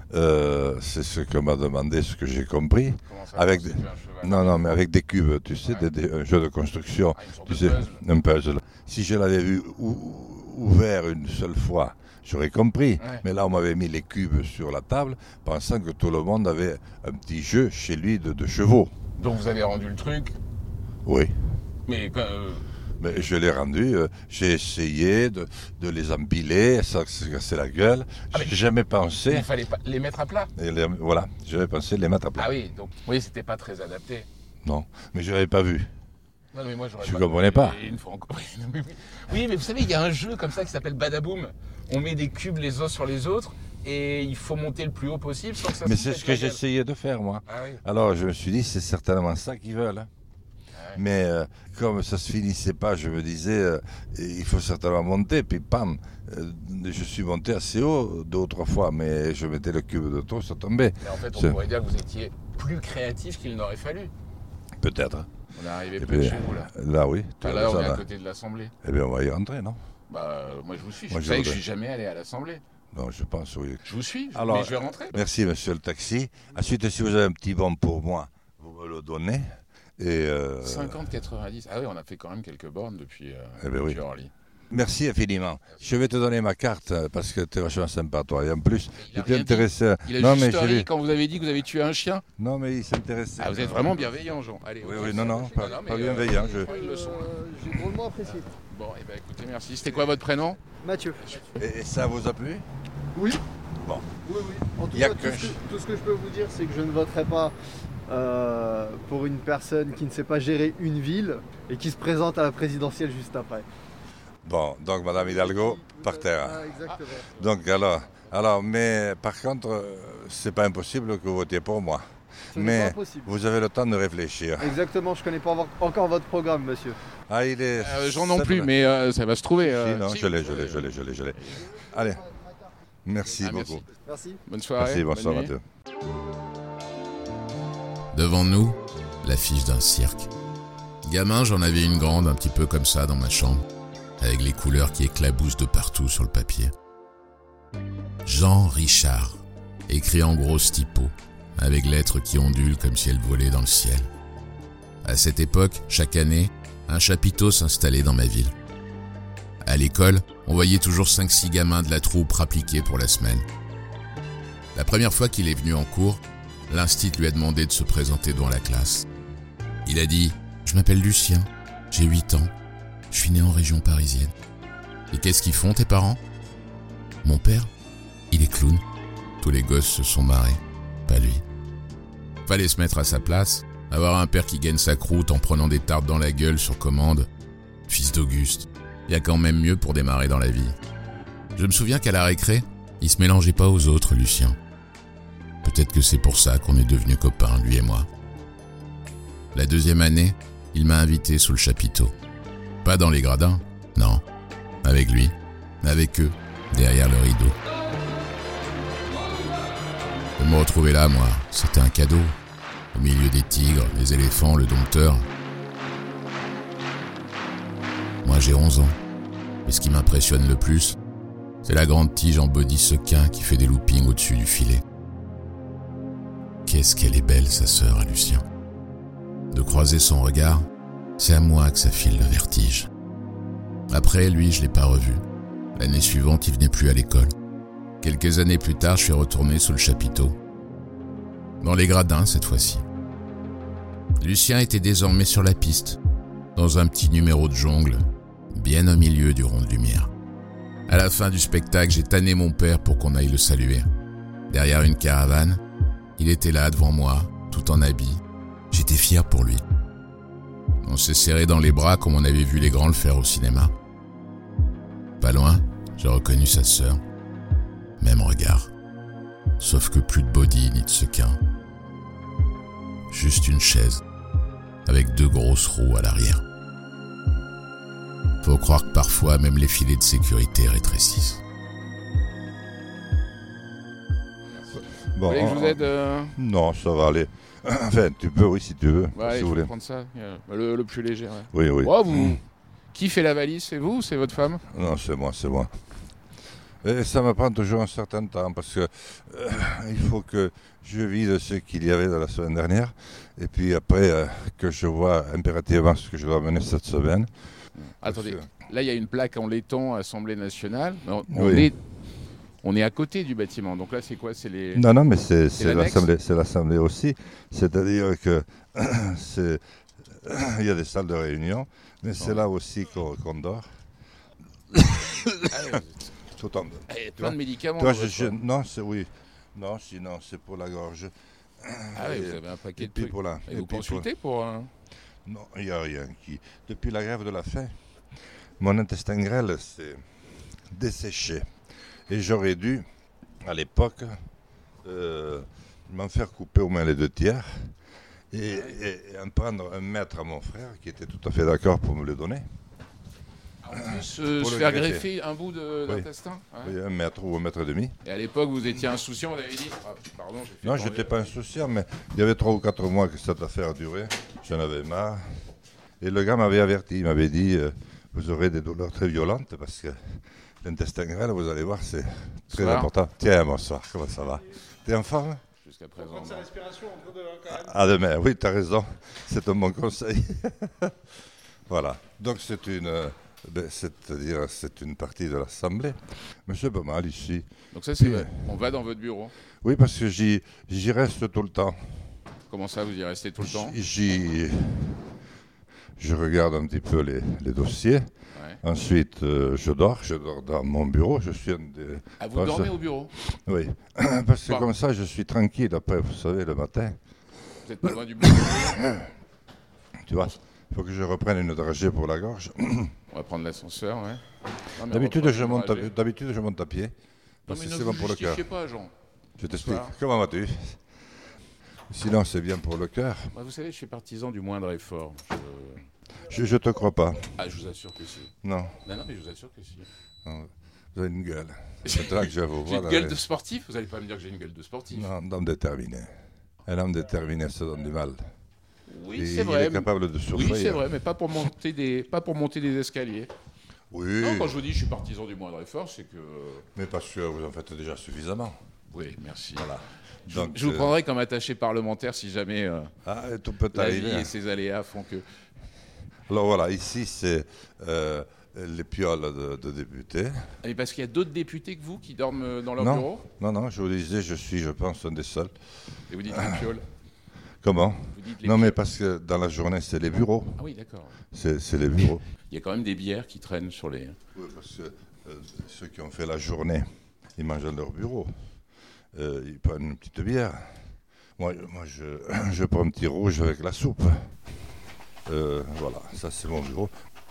Euh, c'est ce que m'a demandé, ce que j'ai compris. Comment ça, Avec constituer des- un cheval? Non, non, mais avec des cubes, tu sais, Ouais. des- des- un jeu de construction. Ah, une sorte Tu de sais, puzzle. un puzzle. Si je l'avais vu ou- ouvert une seule fois, j'aurais compris. Ouais. Mais là, on m'avait mis les cubes sur la table, pensant que tout le monde avait un petit jeu chez lui de, de chevaux. Donc vous avez rendu le truc, Oui. mais euh, Mais je l'ai rendu, euh, j'ai essayé de, de les empiler, ça se cassait la gueule. Ah, mais- J'ai jamais pensé, il fallait pas les mettre à plat. et les- voilà, j'avais pensé les mettre à plat. Ah oui, donc oui, c'était pas très adapté. Non, mais je l'avais pas vu. Non, mais moi, j'aurais Tu pas comprenais pas. Et une fois encore- Oui, non, mais oui. Oui, mais vous savez, il y a un jeu comme ça qui s'appelle Badaboom. On met des cubes les uns sur les autres et il faut monter le plus haut possible sans que ça Mais se c'est pète ce que la gueule. j'essayais de faire, moi. Ah oui. Alors je me suis dit, c'est certainement ça qu'ils veulent. hein. Ah ouais. Mais euh, comme ça se finissait pas, je me disais, euh, il faut certainement monter. Puis pam, euh, je suis monté assez haut deux ou trois fois, mais je mettais le cube de trop, ça tombait. Mais en fait, on C'est- pourrait dire que vous étiez plus créatif qu'il n'aurait fallu. Peut-être. On est arrivé Et près de puis, chez vous, là. Là, oui. tu Ah, as là, on raison, est à là. côté de l'Assemblée. Eh bien, on va y rentrer, non? Bah, euh, moi, je vous suis. Moi, Vous je savez que je voudrais. suis jamais allé à l'Assemblée. Non, je pense, oui. Je vous suis, je- Alors, mais je vais rentrer. Merci, monsieur le taxi. Ensuite, si vous avez un petit bon pour moi, vous me le donnez. Et, euh, cinquante quatre-vingt-dix. Ah oui, on a fait quand même quelques bornes depuis, euh, Eh ben depuis oui. Orly. Merci infiniment. Je vais te donner ma carte euh, parce que tu es vachement sympa, toi. Et en plus, Il a j'étais rien intéressé. à- Il a non, juste mais j'ai ri vu- quand vous avez dit que vous avez tué un chien. Non, mais il s'intéressait. Ah, vous êtes vraiment bienveillant, Jean. Allez, Oui, ok. oui, non, non, pas, Non, non, mais, pas euh, bienveillant. je- je prends une leçon. Euh, J'ai drôlement apprécié. Bon, et ben écoutez, merci. C'était quoi votre prénom? Mathieu. Et, et ça vous a plu? Oui. Bon. Oui, oui. En tout Y a cas, que tout, ce je- que, tout ce que je peux vous dire, c'est que je ne voterai pas euh, pour une personne qui ne sait pas gérer une ville et qui se présente à la présidentielle juste après. Bon, donc Madame Hidalgo, par terre. Ah, exactement. Donc alors, alors, mais par contre, euh, c'est pas impossible que vous votiez pour moi. Ce n'est Mais pas possible. vous avez le temps de réfléchir. Exactement, je connais pas vo- encore votre programme, monsieur. Ah, il est... Euh, Jean non sept plus, heures. mais euh, ça va se trouver. Si, euh, non, si, je l'ai, vous je l'ai, pouvez, je l'ai, je l'ai, je l'ai. Allez, merci Ah, merci. beaucoup. Merci. Bonne soirée. Merci, bonsoir bonne à nuit. tous. Devant nous, l'affiche d'un cirque. Gamin, j'en avais une grande, un petit peu comme ça, dans ma chambre, avec les couleurs qui éclaboussent de partout sur le papier. Jean Richard, écrit en grosses typos, avec lettres qui ondulent comme si elles volaient dans le ciel. À cette époque, chaque année, un chapiteau s'installait dans ma ville. À l'école, on voyait toujours cinq six gamins de la troupe rappliqués pour la semaine. La première fois qu'il est venu en cours, l'instit lui a demandé de se présenter devant la classe. Il a dit « Je m'appelle Lucien, j'ai huit ans, je suis né en région parisienne. Et qu'est-ce qu'ils font tes parents ?»« Mon père, il est clown. » Tous les gosses se sont marrés, pas lui. Fallait se mettre à sa place, avoir un père qui gagne sa croûte en prenant des tartes dans la gueule sur commande. Fils d'Auguste, il y a quand même mieux pour démarrer dans la vie. Je me souviens qu'à la récré, il se mélangeait pas aux autres, Lucien. Peut-être que c'est pour ça qu'on est devenus copains, lui et moi. La deuxième année, il m'a invité sous le chapiteau. Pas dans les gradins, non. Avec lui, avec eux, derrière le rideau. De me retrouver là, moi, c'était un cadeau. Au milieu des tigres, des éléphants, le dompteur. Moi, j'ai onze ans. Et ce qui m'impressionne le plus, c'est la grande tige en body sequin qui fait des loopings au-dessus du filet. Qu'est-ce qu'elle est belle, sa sœur, à Lucien. De croiser son regard, c'est à moi que ça file le vertige. Après, lui, je l'ai pas revu. L'année suivante, il venait plus à l'école. Quelques années plus tard, je suis retourné sous le chapiteau. Dans les gradins, cette fois-ci. Lucien était désormais sur la piste, dans un petit numéro de jongle, bien au milieu du rond de lumière. À la fin du spectacle, j'ai tanné mon père pour qu'on aille le saluer. Derrière une caravane, il était là devant moi, tout en habit. J'étais fier pour lui. On s'est serré dans les bras comme on avait vu les grands le faire au cinéma. Pas loin, j'ai reconnu sa sœur. Même regard. Sauf que plus de body ni de sequin. Juste une chaise, avec deux grosses roues à l'arrière. Faut croire que parfois même les filets de sécurité rétrécissent. Vous voulez que je vous aide euh... Non, ça va aller. Enfin, tu peux, oui, si tu veux. Ouais, allez, si je vous vais voulez. prendre ça. Le, le plus léger, ouais. Oui, oui. Oh, vous... Qui fait la valise? C'est vous ou c'est votre femme? Non, c'est moi, c'est moi. Et ça me prend toujours un certain temps parce que euh, il faut que je vide ce qu'il y avait de la semaine dernière et puis après euh, que je vois impérativement ce que je dois mener cette semaine. Attendez, que... là il y a une plaque en laiton Assemblée nationale. On, on Oui. est, on est à côté du bâtiment. Donc là c'est quoi? C'est les... Non, non, mais c'est, c'est, l'annexe l'assemblée, c'est l'assemblée aussi. C'est-à-dire que c'est, il y a des salles de réunion, mais c'est là aussi qu'on, qu'on dort. Tout en... Il y a plein de médicaments. Toi, dans je, votre je- corps. non, c'est oui. Non, sinon c'est pour la gorge. Ah oui, Et- vous avez un paquet et de puis trucs. pour la- Et et vous puis pour- consultez pour... un- Non, il n'y a rien qui. Depuis la grève de la faim, mon intestin grêle s'est desséché. Et j'aurais dû, à l'époque, euh, m'en faire couper au moins les deux tiers et, et- et en prendre un mètre à mon frère qui était tout à fait d'accord pour me le donner. En plus, euh, Pour se le faire greffer. greffer un bout de, Oui. d'intestin. Ouais. Oui, un mètre ou un mètre et demi. Et à l'époque, vous étiez insouciant, vous avez dit... Ah, pardon, j'ai fait Non, tomber. je n'étais pas insouciant, mais il y avait trois ou quatre mois que cette affaire a duré. J'en avais marre. Et le gars m'avait averti, il m'avait dit euh, vous aurez des douleurs très violentes parce que l'intestin grêle, vous allez voir, c'est très Bonsoir. important. Tiens, bonsoir, comment ça va? T'es en forme? Jusqu'à présent. non. À demain, oui, tu as raison. C'est un bon conseil. Voilà. Donc c'est une, euh, ben, c'est-à-dire c'est une partie de l'Assemblée. Mais c'est pas mal ici. Donc ça, c'est... Puis, ouais, on va dans votre bureau. Oui, parce que j'y, j'y reste tout le temps. Comment ça, vous y restez tout le temps? J'y, je regarde un petit peu les, les dossiers. Ouais. Ensuite, euh, je dors. Je dors dans mon bureau. Je suis un des... Ah, vous Parce- dormez au bureau? Oui, parce que Bon. comme ça, je suis tranquille. Après, vous savez, le matin, Vous n'êtes pas loin du bureau? tu vois, il faut que je reprenne une dragée pour la gorge. On va prendre l'ascenseur, ouais. Non, mais D'habitude, on va je monte à, encourager. d'habitude, je monte à pied. Non, Parce mais que ne c'est vous bon pour le cœur. justifiez pas, Jean. Je t'explique. Voilà. Comment vas-tu? Sinon, c'est bien pour le cœur. Moi, vous savez, je suis partisan du moindre effort. Je... Je, je te crois pas. Ah, je vous assure que si. Non. Non, non, mais je vous assure que si. non. Vous avez une gueule. Maintenant que je vais vous J'ai voir. une gueule là, de sportif? Vous allez pas me dire que j'ai une gueule de sportif. Non, un homme déterminé. Un homme déterminé se donne du mal. Oui, Et c'est il vrai. est capable de souffrir. Oui, c'est vrai, mais pas pour monter des, pas pour monter des escaliers. Oui, Non, quand je vous dis je suis partisan du moindre effort, c'est que... mais parce que vous en faites déjà suffisamment. Oui, merci. Voilà. Je, Donc, je vous euh, prendrai comme attaché parlementaire si jamais euh, Ah, et tout peut la vie arriver. et ses aléas font que... Alors voilà, ici c'est euh, les pioles de, de députés. Et parce qu'il y a d'autres députés que vous qui dorment euh, dans leur Non, bureau non, non, je vous disais, je suis, je pense, un des seuls. et vous dites les pioles. Comment? Vous dites les Non, mais pioles. parce que dans la journée, c'est les bureaux. Ah oui, d'accord. C'est c'est les bureaux. Il y a quand même des bières qui traînent sur les... Oui, parce que euh, ceux qui ont fait la journée, ils mangent dans leur bureau. Euh, ils prennent une petite bière. Moi, moi je, je prends un petit rouge avec la soupe. Euh, voilà, ça c'est mon bureau.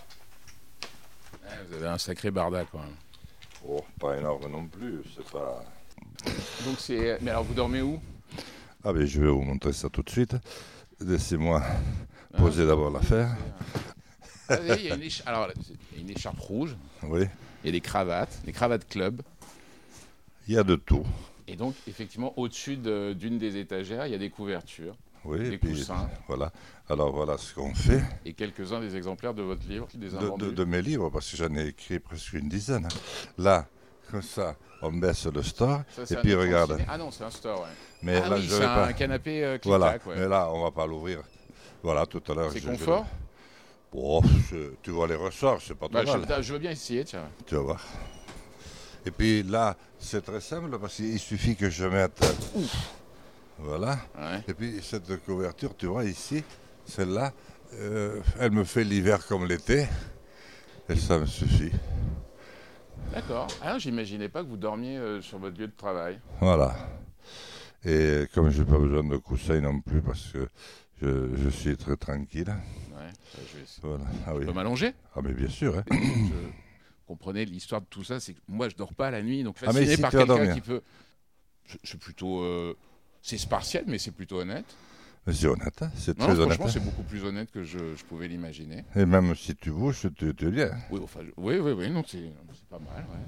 Ah, vous avez un sacré barda quand même. Oh, pas énorme non plus, c'est pas... Donc c'est... Mais alors vous dormez où? Ah ben je vais vous montrer ça tout de suite. Laissez-moi poser d'abord l'affaire. Ah, vous voyez, il y a une écha- Alors, il y a une écharpe rouge, Oui, il y a des cravates, des cravates club. il y a de tout. Et donc, effectivement, au-dessus de- d'une des étagères, il y a des couvertures Oui, Des et puis, coussins. voilà. Alors voilà ce qu'on fait et quelques-uns des exemplaires de votre livre, des de, invendus. de- de mes livres, parce que j'en ai écrit presque une dizaine. Là, comme ça, on baisse le store, Ça, c'est et un puis écran regarde. ciné. Ah non, c'est un store, ouais. Mais ah là, oui, je c'est vais un pas. canapé euh, Voilà, clic-clac, ouais. mais là, on va pas l'ouvrir. Voilà, tout à l'heure. C'est je- confort je- Oh, c'est- tu vois les ressorts, c'est pas trop Bah, mal. je, je veux bien essayer, tiens. Tu vas voir. Et puis là, c'est très simple parce qu'il suffit que je mette. Voilà. Ouais. Et puis cette couverture, tu vois ici, celle-là, euh, elle me fait l'hiver comme l'été. Et ça me suffit. D'accord. Ah, j'imaginais pas que vous dormiez euh, sur votre lieu de travail. Voilà. Et comme je n'ai pas besoin de coussin non plus parce que je, je suis très tranquille. Ouais, bah, je vais essayer. Voilà. Ah oui. Je peux m'allonger. Ah mais bien sûr. Hein. Je comprenez l'histoire de tout ça, c'est que moi je dors pas la nuit, donc Ah, mais fasciné si, par tu vas quelqu'un dormir. qui peut. Je, je suis plutôt. euh, C'est spartiate, mais c'est plutôt honnête. Mais c'est honnête, hein, c'est Non, très honnête. franchement, hein. c'est beaucoup plus honnête que je, je pouvais l'imaginer. Et même si tu bouges, tu, tu viens. Oui, enfin, je- oui, oui, oui, non, c'est c'est pas mal, ouais.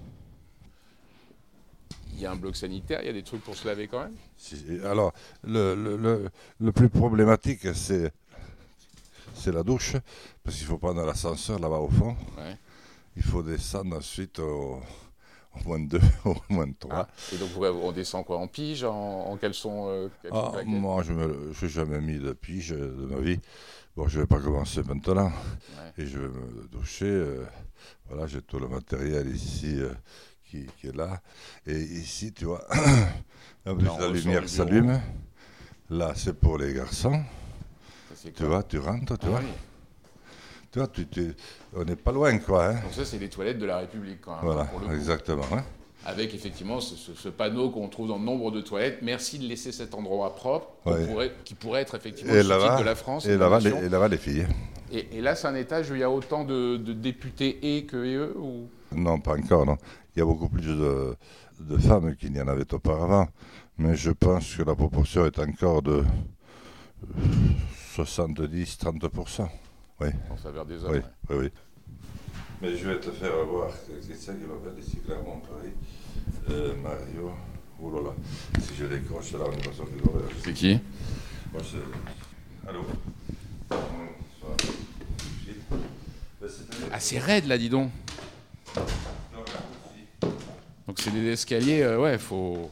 Il y a un bloc sanitaire, il y a des trucs pour se laver quand même. Si- alors, le, le, le, le plus problématique, c'est, c'est la douche, parce qu'il faut prendre l'ascenseur là-bas au fond. Ouais. Il faut descendre ensuite au, au moins deux, au moins trois. Ah, et donc vous- on descend quoi, en pige, en, en caleçon, euh, caleçon Ah, claquette moi, je n'ai jamais mis de pige de ma vie. Bon, je ne vais pas commencer maintenant. Ouais. Et je vais me doucher. euh, voilà, j'ai tout le matériel ici euh, qui, qui est là. Et ici, tu vois, en plus, Là, on la ressort lumière du bureau. s'allume. Là, c'est pour les garçons. Ça, c'est Tu quoi vois, tu rentres, tu Ah vois. oui. Tu vois, tu, tu- on n'est pas loin, quoi. Hein. Donc ça, c'est les toilettes de la République quand même. Voilà, pour le coup. exactement. hein. Avec effectivement ce, ce- ce panneau qu'on trouve dans nombre de toilettes. Merci de laisser cet endroit propre, qu'on Ouais. pourrait- qui pourrait être effectivement Et le sous-titre là-bas, de la France. et de la là-bas, les, nation. et là-bas, les filles. Et, et là, c'est un étage où il y a autant de, de députés et que et eux ou... Non, pas encore, non. Il y a beaucoup plus de, de femmes qu'il n'y en avait auparavant. Mais je pense que la proportion est encore de soixante-dix à trente pour cent. Oui, en faveur des hommes. oui, ouais. oui, oui. Mais je vais te faire voir quelqu'un qui m'appelle ici, Clermont-Paris. Euh, Mario. Oh là là. Si je décroche là, on est pas sûr qu'il doit y C'est qui? Moi, c'est. Allô. Bonsoir. Ben, c'est- Ah, c'est raide là, dis donc. Non, regarde ici. Donc c'est des escaliers, euh, ouais, faut...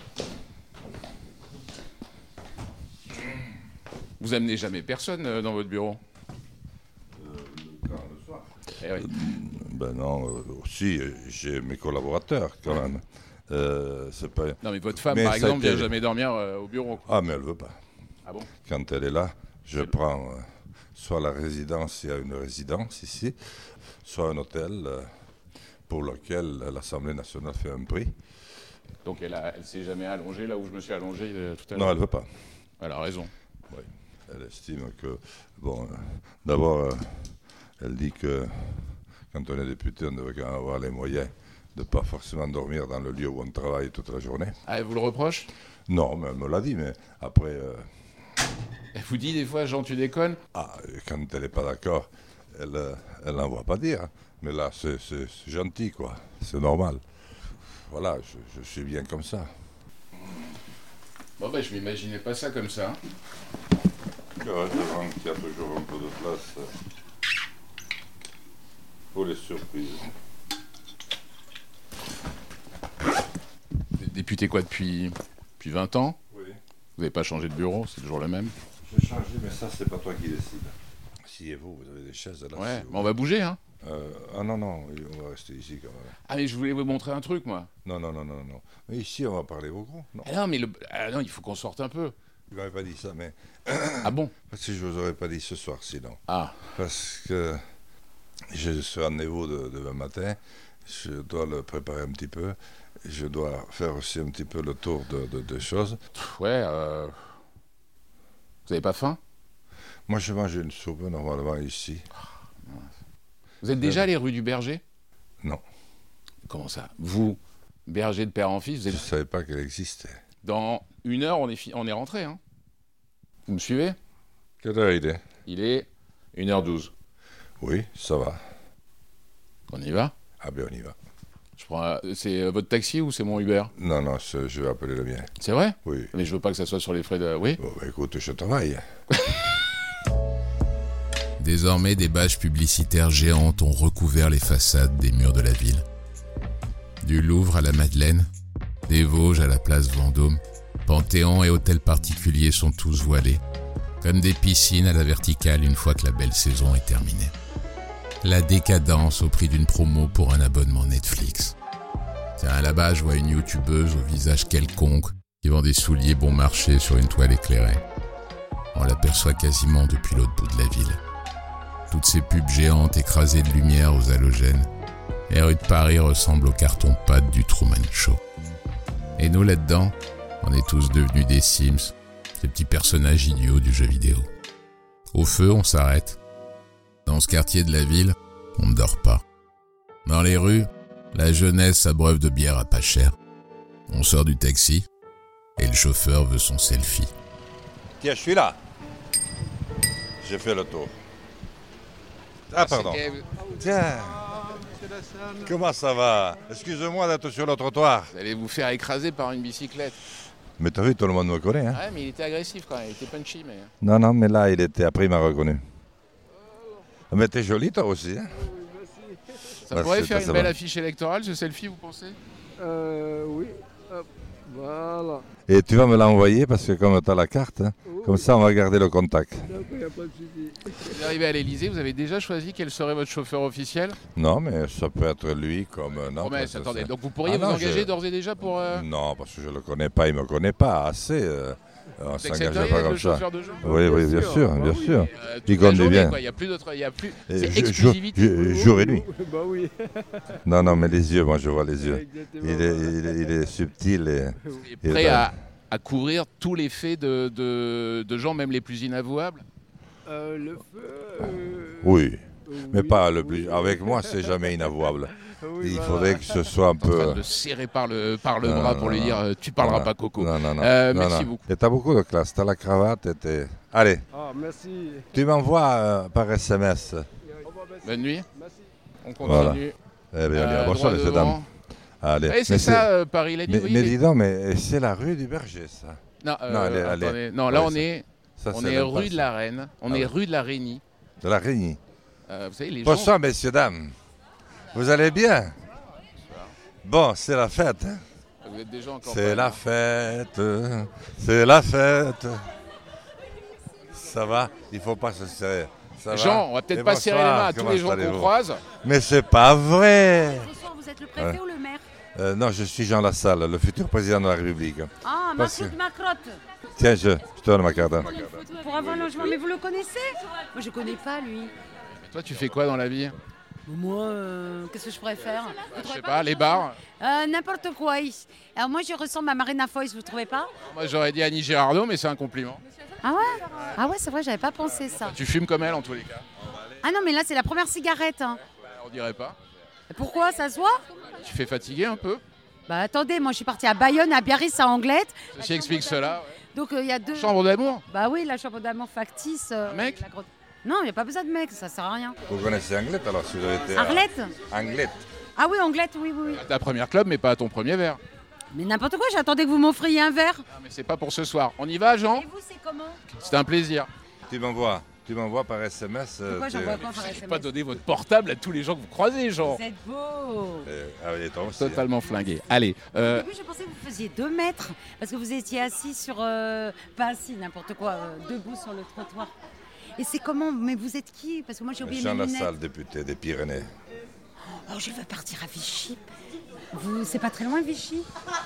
Vous amenez jamais personne euh, dans votre bureau? Euh, le quand le soir. Eh oui. Ben non, euh, aussi, euh, j'ai mes collaborateurs quand même. Euh, c'est pas... Non mais votre femme, Mais par ça a exemple, été- vient jamais dormir euh, au bureau, quoi. Ah, mais elle veut pas. Ah bon? Quand elle est là, je C'est- prends euh, soit la résidence, il y a une résidence ici, soit un hôtel euh, pour lequel l'Assemblée nationale fait un prix. Donc elle, a, elle s'est jamais allongée là où je me suis allongé euh, tout à Non, l'heure. elle veut pas. Elle a raison. Elle estime que, bon, euh, d'abord, euh, elle dit que quand on est député, on devrait quand même avoir les moyens de ne pas forcément dormir dans le lieu où on travaille toute la journée. Ah, elle vous le reproche? Non, mais elle me l'a dit, mais après... Euh... Elle vous dit des fois, Jean, tu déconnes? Ah, quand elle n'est pas d'accord, elle euh, elle n'en va pas dire. Mais là, c'est, c'est, c'est gentil, quoi. C'est normal. Voilà, je, je suis bien comme ça. Bon, ben, je m'imaginais pas ça comme ça. Heureusement qu'il y a toujours un peu de place pour les surprises. Vous êtes député quoi depuis, depuis vingt ans? Oui. Vous n'avez pas changé de bureau, c'est toujours le même? J'ai changé, mais ça, c'est pas toi qui décides. Si et vous, vous avez des chaises là. Ouais, si mais on va bouger, hein. Euh, ah non, non, on va rester ici quand même. Ah, mais je voulais vous montrer un truc, moi. Non, non, non, non, non. Mais ici, on va parler beaucoup. Non, Ah non, mais le... ah non, il faut qu'on sorte un peu. je m'avais pas dit ça, mais... Ah bon? Parce que je vous aurais pas dit ce soir, sinon. Ah, Parce que j'ai ce rendez-vous de demain matin, je dois le préparer un petit peu. Je dois faire aussi un petit peu le tour de, de, de choses. pff, ouais, euh... Vous avez pas faim? Moi, je mange une soupe normalement ici. Vous êtes déjà allé rue du Berger? Non, Comment ça? Vous, berger de père en fils, vous je ne êtes... savais pas qu'elle existait. Dans une heure, on est, fi... on est rentré, hein. Vous me suivez? Quelle heure il est? Il est une heure douze. Oui, ça va. On y va? Ah bien, on y va. Je prends... un- C'est euh, votre taxi ou c'est mon Uber? Non, non, c'est- je vais appeler le mien. C'est vrai? Oui. Mais je veux pas que ça soit sur les frais de... Oui? Bon, bah, écoute, je travaille. Désormais, des bâches publicitaires géantes ont recouvert les façades des murs de la ville. Du Louvre à la Madeleine, des Vosges à la place Vendôme, Panthéon et hôtels particuliers sont tous voilés, comme des piscines à la verticale une fois que la belle saison est terminée. La décadence au prix d'une promo pour un abonnement Netflix. Tiens, là-bas, je vois une youtubeuse au visage quelconque qui vend des souliers bon marché sur une toile éclairée. On l'aperçoit quasiment depuis l'autre bout de la ville. Toutes ces pubs géantes écrasées de lumière aux halogènes, les rues de Paris ressemblent au carton-pâte du Truman Show. Et nous, là-dedans, on est tous devenus des Sims, ces petits personnages idiots du jeu vidéo. Au feu, on s'arrête. Dans ce quartier de la ville, on ne dort pas. Dans les rues, la jeunesse s'abreuve de bière à pas cher. On sort du taxi, et le chauffeur veut son selfie. Tiens, je suis là. J'ai fait le tour. Ah, pardon. Tiens. Comment ça va? Excuse-moi d'être sur le trottoir. Vous allez vous faire écraser par une bicyclette. Mais t'as vu, tout le monde me connaît, hein? Ouais, mais il était agressif quand même, il était punchy, mais... Non, non, mais là, il était... Après, il m'a reconnu. Mais t'es jolie, toi aussi, hein? Ça Bah, pourrait c'est- faire ça une belle va. affiche électorale, ce selfie, vous pensez? Euh, oui. Hop, voilà. Et tu vas me l'envoyer parce que comme tu as la carte, hein, comme ça, on va garder le contact. Donc, il n'y a pas de souci. Vous arrivez à l'Elysée, vous avez déjà choisi quel serait votre chauffeur officiel? Non, mais ça peut être lui comme... Non, Promesse, parce que attendez, c'est- donc vous pourriez Ah vous non, engager je- d'ores et déjà pour... euh, Non, parce que je le connais pas, il me connaît pas assez. euh, on Vous s'engageait accepteriez pas d'être comme le ça. chauffeur de jeu? Oui, oui, bien sûr, bah bien oui. sûr. Euh, toute Il la conduit journée, bien. quoi, il n'y a plus d'autre... Il y a plus... Et C'est je- exclusivité. je- je- jour et nuit. Bah oui. Non, non, mais les yeux, moi je vois les yeux. Exactement. Il est, il est, il est subtil et... Et prêt à, à couvrir tous les faits de, de, de gens, même les plus inavouables? Euh, le feu. euh, Oui, mais oui, pas le oui, plus... oui. Avec moi, c'est jamais inavouable. Oui, Il voilà. faudrait que ce soit un En train peu... de le serrer par le, par le Non, bras non, pour lui non, dire euh, tu parleras Voilà. pas Coco. Non, non, non. Euh, non, merci non. beaucoup. Et t'as beaucoup de classe, t'as la cravate et t'es... Allez, Ah, merci. tu m'envoies euh, par S M S. Bonne nuit, Merci. on continue. Eh bien, Euh, bonsoir, droit messieurs, devant. dames. Allez. Eh, c'est Mais ça, euh, Paris, la Mais, nuit. mais dis donc, mais c'est la rue du Berger, ça. Non, euh, Non, allez, allez. attendez. Non, là Ouais, on c'est- est, Ça, on c'est est l'impasse. rue de la Reine, on Ah est ouais. rue de la Régnie. De la Régnie. Euh, vous savez, les gens... Bonsoir, messieurs, dames. Vous allez bien? Bon, c'est la fête. hein. Vous êtes déjà encore C'est pas- la fête. C'est la fête. Ça va? Il faut pas se serrer. Ça va? Jean, on va peut-être Et pas serrer les bonsoir, mains à tous comment les gens qu'on allez-vous? croise. Mais c'est pas vrai. Bonsoir, vous êtes le préfet Ouais. ou le maire? Euh, non, je suis Jean Lassalle, le futur président de la République. Ah, Parce Macrotte, Macrotte. Tiens, je, je te donne ma carte. hein. Pour avoir un logement, mais vous le connaissez? Moi, je connais pas, lui. Mais toi, tu fais quoi dans la vie? Moi, euh, qu'est-ce que je pourrais faire? Je sais pas, les bars. Euh, N'importe quoi. Alors, moi, je ressemble à Marina Foïs, vous trouvez pas? Moi, j'aurais dit Annie Girardot, mais c'est un compliment. Ah ouais? Ah ouais, c'est vrai, j'avais pas pensé ça. Tu fumes comme elle, en tous les cas. Ah non, mais là, c'est la première cigarette. Hein. On dirais pas. Pourquoi, ça se voit? Tu fais fatiguer un peu. Bah attendez, moi je suis partie à Bayonne, à Biarritz, à Anglette. Ceci explique cela. Ouais. Donc il euh, y a deux... Chambre d'amour. Bah oui, la chambre d'amour factice. Euh, Un mec la grotte... Non, il n'y a pas besoin de mec, ça sert à rien. Vous connaissez Anglette alors si vous avez été. Arlette à... Anglette. Ah oui, Anglette, oui, oui, oui. À ta première club, mais pas à ton premier verre. Mais n'importe quoi, j'attendais que vous m'offriez un verre. Ah, mais c'est pas pour ce soir. On y va, Jean? Et vous, c'est comment? C'était un plaisir. Tu m'envoies. Tu m'envoies par S M S. Pourquoi euh, j'envoie t'es- pas par Vous S M S? pas donner votre portable à tous les gens que vous croisez, Jean. Vous êtes beau. Euh, ah oui, toi aussi. hein. Totalement flingué. Allez, euh, Au début, je pensais que vous faisiez deux mètres, parce que vous étiez assis sur... euh, pas assis, n'importe quoi, euh, debout sur le trottoir. Et c'est comment? Mais vous êtes qui? Parce que moi, j'ai oublié Jean mes lunettes. Lassalle, député des Pyrénées. Oh, je veux partir à Vichy. Vous, c'est pas très loin, Vichy?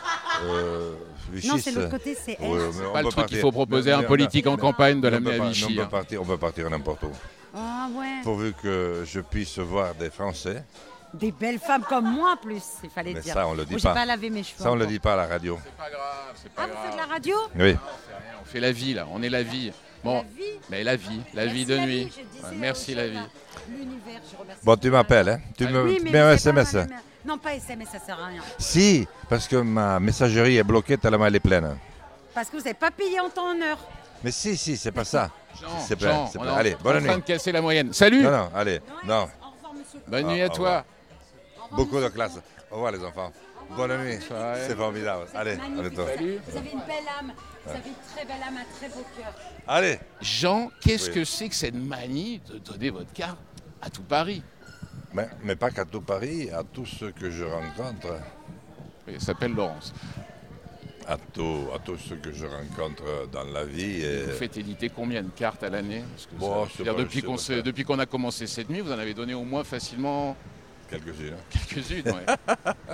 Euh, Vichy, Non, c'est l'autre côté, c'est Oui, Est. mais c'est on pas le peut truc partir- qu'il faut proposer mais- à un mais on a- politique en campagne de on l'amener peut à pas- Vichy. On peut, hein. partir, on peut partir n'importe où. Ah ouais. Pourvu que je puisse voir des Français. Des belles femmes comme moi, en plus, il fallait Mais dire. ça, on le dit Moi, pas. j'ai pas lavé mes cheveux. Ça, on ne le encore. dit pas à la radio. C'est pas grave, c'est pas Ah, vous grave. faites de la radio? Oui. On fait la vie, là. On est la vie. Bon, La vie. mais la vie, la Merci vie de la nuit. vie, je disais Ouais, merci aux la gens, vie. là, L'univers, je remercie. Bon, tu m'appelles, hein. Tu me Oui, mais mets un vous S M S. savez pas, madame- Non, pas S M S, ça sert à rien. Si, parce que ma messagerie est bloquée tellement elle est pleine. Parce que vous n'avez pas payé en temps en heure. Mais si, si, c'est pas ça. Jean, C'est plein, Jean, c'est on plein. est en- Allez, en bonne train nuit. de casser la moyenne. Salut. Non, non, allez. Non. Au revoir, monsieur. Bonne Ah, nuit à au toi. Beaucoup de classe. Au revoir les enfants. Bonne nuit. Ouais. C'est formidable. Allez, à Magnifique. bientôt. Salut. Vous avez une belle âme. Vous avez une très belle âme, un très beau cœur. Allez. Jean, qu'est-ce Oui. que c'est que cette manie de donner votre carte à tout Paris? Mais, mais pas qu'à tout Paris, à tous ceux que je rencontre, Il s'appelle Laurence. à, tout- à tous ceux que je rencontre dans la vie. Et... Vous faites éditer combien de cartes à l'année? Parce que Bon, ça- je sais je veux dire, pas, depuis je qu'on sais s'est- pas. depuis qu'on a commencé cette nuit, vous en avez donné au moins facilement Quelques-unes. hein. quelques-unes. Ouais.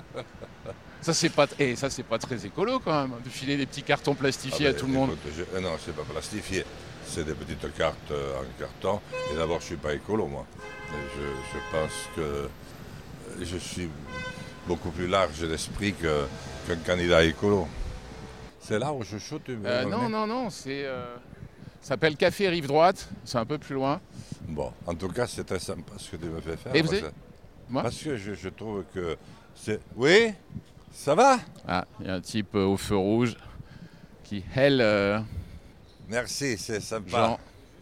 Ça, c'est pas, eh, ça, c'est pas très écolo quand même, de filer des petits cartons plastifiés Ah à ben, tout le monde. écoute, je- euh, non, c'est pas plastifié. C'est des petites cartes euh, en carton. Et d'abord, je suis pas écolo, moi. Et Je, je pense que je suis beaucoup plus large d'esprit que- qu'un candidat écolo. C'est là où je chute. tu veux Euh, m'emmener non, non, non, c'est. euh, ça s'appelle Café Rive Droite, c'est un peu plus loin. Bon, en tout cas, c'est très sympa ce que tu me fais faire. Et vous parce, êtes- que- Moi parce que je, je trouve que c'est. Oui. Ça va? Ah, il y a un type euh, au feu rouge qui, elle, euh, Merci, c'est sympa. Jean.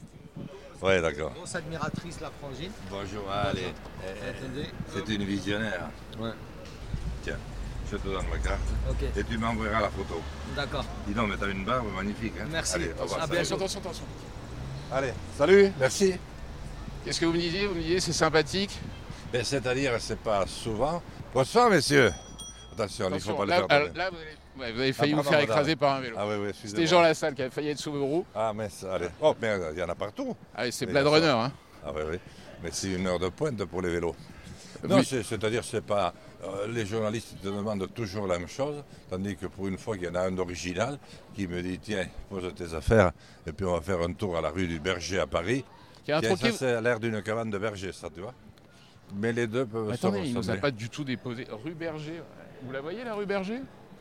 Oui, d'accord. Grosse admiratrice, la frangine. Bonjour, allez. Attendez. C'est une visionnaire. Ouais. Tiens, je te donne la carte Ok, et tu m'enverras la photo. d'accord. Dis donc, mais t'as une barbe magnifique. Hein? Merci. Allez, au revoir, Ah, salut. bien Attention, attention, attention. Allez, salut, merci. Qu'est-ce que vous me disiez? Vous me disiez c'est sympathique. Ben, c'est-à-dire, c'est pas souvent. Bonsoir, messieurs. Attention, il ne faut Attention, pas le là, faire alors, tomber. là, vous, avez, ouais, vous avez failli Ah, vous pardon, faire madame. écraser par un vélo. Ah oui, oui, C'était excusez-moi. Jean Lassalle qui avait failli être sous vos roues. Ah, mais ça, allez. Oh, merde, il y en a partout. Ah, et c'est Mais Blade d'accord. Runner, hein. Ah oui, oui. Mais c'est une heure de pointe pour les vélos. Non, Oui. c'est- c'est-à-dire, c'est pas. euh, les journalistes te demandent toujours la même chose, tandis que pour une fois qu'il y en a un d'original qui me dit tiens, pose tes affaires, et puis on va faire un tour à la rue du Berger à Paris. Qui a un Tiens, troquet. ça, c'est l'air d'une cabane de berger, ça, tu vois. Mais les deux peuvent se Attendez, il nous a ressembler. pas du tout déposé. Rue Berger. ouais. Vous la voyez, la rue Berger?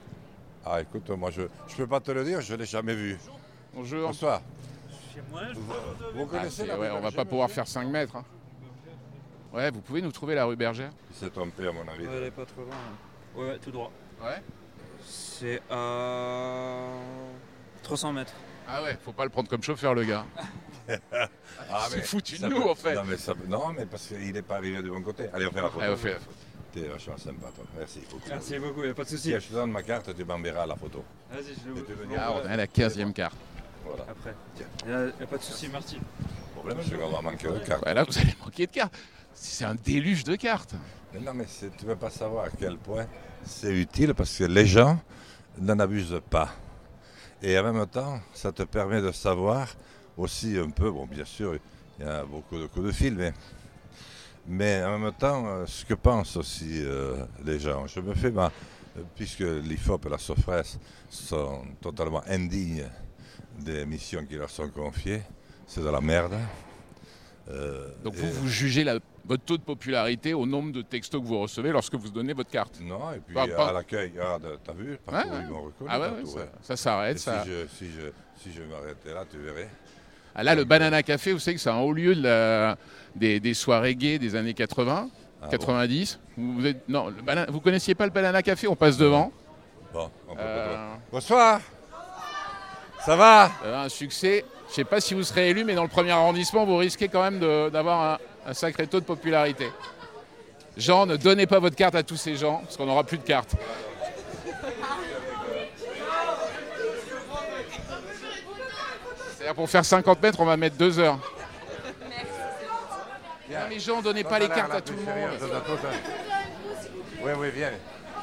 Ah, écoute, moi, je ne peux pas te le dire, je ne l'ai jamais vu. Bonjour. Bonsoir. Vous, vous Ah, connaissez c'est- la rue ouais, on va Berger, pas pouvoir monsieur faire cinq mètres. hein. Ouais, vous pouvez nous trouver la rue Bergère? Il s'est trompé, à mon avis. Ouais, elle est pas trop loin. Ouais, ouais, tout droit. Ouais. C'est à trois cents mètres. Ah ouais, faut pas le prendre comme chauffeur, le gars. Ah, C'est mais foutu de ça nous, peut- en fait. Non, mais, ça peut- non, mais parce qu'il n'est pas arrivé de bon côté. Allez, on fait la photo. Allez, on fait la photo. T'es vachement sympa, toi. Merci beaucoup. Merci beaucoup, y a pas de souci. Si je te donne ma carte, tu m'enverras la photo. Vas-y, je Et le tu veux vois. dire- Ah, on a la quinzième carte. Voilà. Après. Tiens. Y a, y a pas de souci, merci. Le problème, c'est qu'on va manquer de cartes. Ouais, là, vous allez manquer de cartes. C'est un déluge de cartes. Mais non, mais c'est- tu ne veux pas savoir à quel point c'est utile parce que les gens n'en abusent pas. Et en même temps, ça te permet de savoir aussi un peu, bon, bien sûr, il y a beaucoup de coups de fil, mais, mais en même temps, euh, ce que pensent aussi euh, les gens. Je me fais ma. Puisque l'I F O P et la Sofres sont totalement indignes des missions qui leur sont confiées, c'est de la merde. Euh, Donc et- vous, vous jugez la- votre taux de popularité au nombre de textos que vous recevez lorsque vous donnez votre carte. Non, et puis Pas- pas- à l'accueil, regarde, t'as vu, partout Ouais, ouais. ils m'ont reconnu. Ah ouais, partout, ouais, ça, ouais. ça Et s'arrête. si, Ça... je, si, je, si je m'arrêtais là, tu verrais. Ah, là, le Banana Café, vous savez que c'est un haut lieu de la- des, des soirées gays des années quatre-vingts. Ah, quatre-vingt-dix. Vous, vous êtes, non, le banana- vous connaissiez pas le Banana Café, on passe devant. Bon, on peut Euh, pas- Bonsoir. Ça va? Euh, un succès. Je sais pas si vous serez élu, mais dans le premier arrondissement, vous risquez quand même de- d'avoir un, un sacré taux de popularité. Jean, ne donnez pas votre carte à tous ces gens, parce qu'on n'aura plus de cartes. C'est-à-dire pour faire cinquante mètres, on va mettre deux heures. Non, mais Jean, donnez pas les cartes à tout le monde. Oui, oui, viens.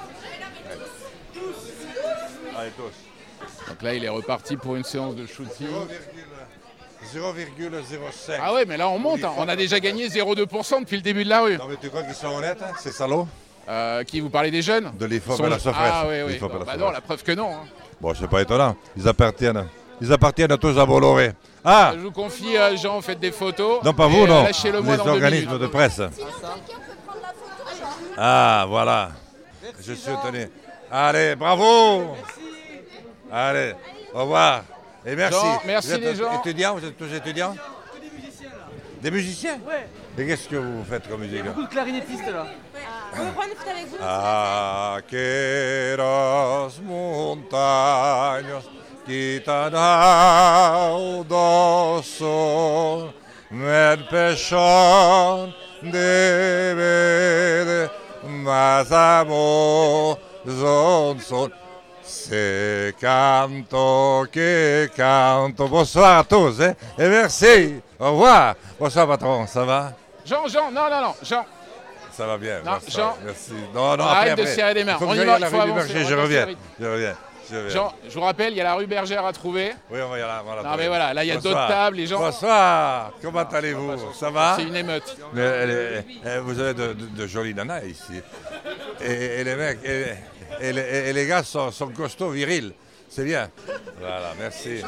Allez, tous. Donc là, il est reparti pour une séance de shooting. zéro virgule zéro cinq. Ah ouais, mais là, on monte. Hein. On a déjà gagné zéro virgule deux pour cent depuis le début de la rue. Non, mais tu crois qu'ils sont honnêtes, hein, ces salauds? Euh, qui vous parlez des jeunes? De l'I F O P Sont- et la Sofres. Ah oui, oui. L'I F O P et la Bah Sofres. non, la preuve que non. Hein. Bon, c'est pas étonnant. Ils appartiennent. Ils appartiennent tous à Bolloré. Ah! Je vous confie, euh, Jean, faites des photos. Non, pas et, vous, euh, non. Lâchez-le-moi Les dans deux organismes minutes. de presse. Ah, voilà. Je suis étonné. Allez, bravo. Allez, au revoir. Et merci. Jean, merci vous êtes les gens. étudiants, vous êtes tous étudiants? Des musiciens? Ouais. Et qu'est-ce que vous faites comme musique? Beaucoup de clarinettistes là. On peut prendre une photo avec vous? Aqueras montañas quitan ao dosso med pechón de verde mas amor son son c'est canto que canto. Bonsoir à tous hein, et merci. Au revoir. Bonsoir patron, ça va? Jean, Jean, non, non, non, Jean. Ça va bien, Non, merci. Jean. merci. Non, non, Arrête après, de après. serrer les mains. Il faut que On y j'aille va, à la il faut rue du avancer, Berger, on je va reviens. passer vite. Je reviens. Je reviens. Jean, je vous rappelle, il y a la rue Bergère à trouver. Oui, on va y aller. Voilà, Non, mais voilà, là, il y a Bonsoir. d'autres tables, les gens. Bonsoir. Comment allez-vous? Ça va? C'est une émeute. Mais elle est- elle- Vous avez de, de- de jolies nanas ici. Et, et les mecs, et, et les, et les gars sont, sont costauds, virils. C'est bien. Voilà, merci.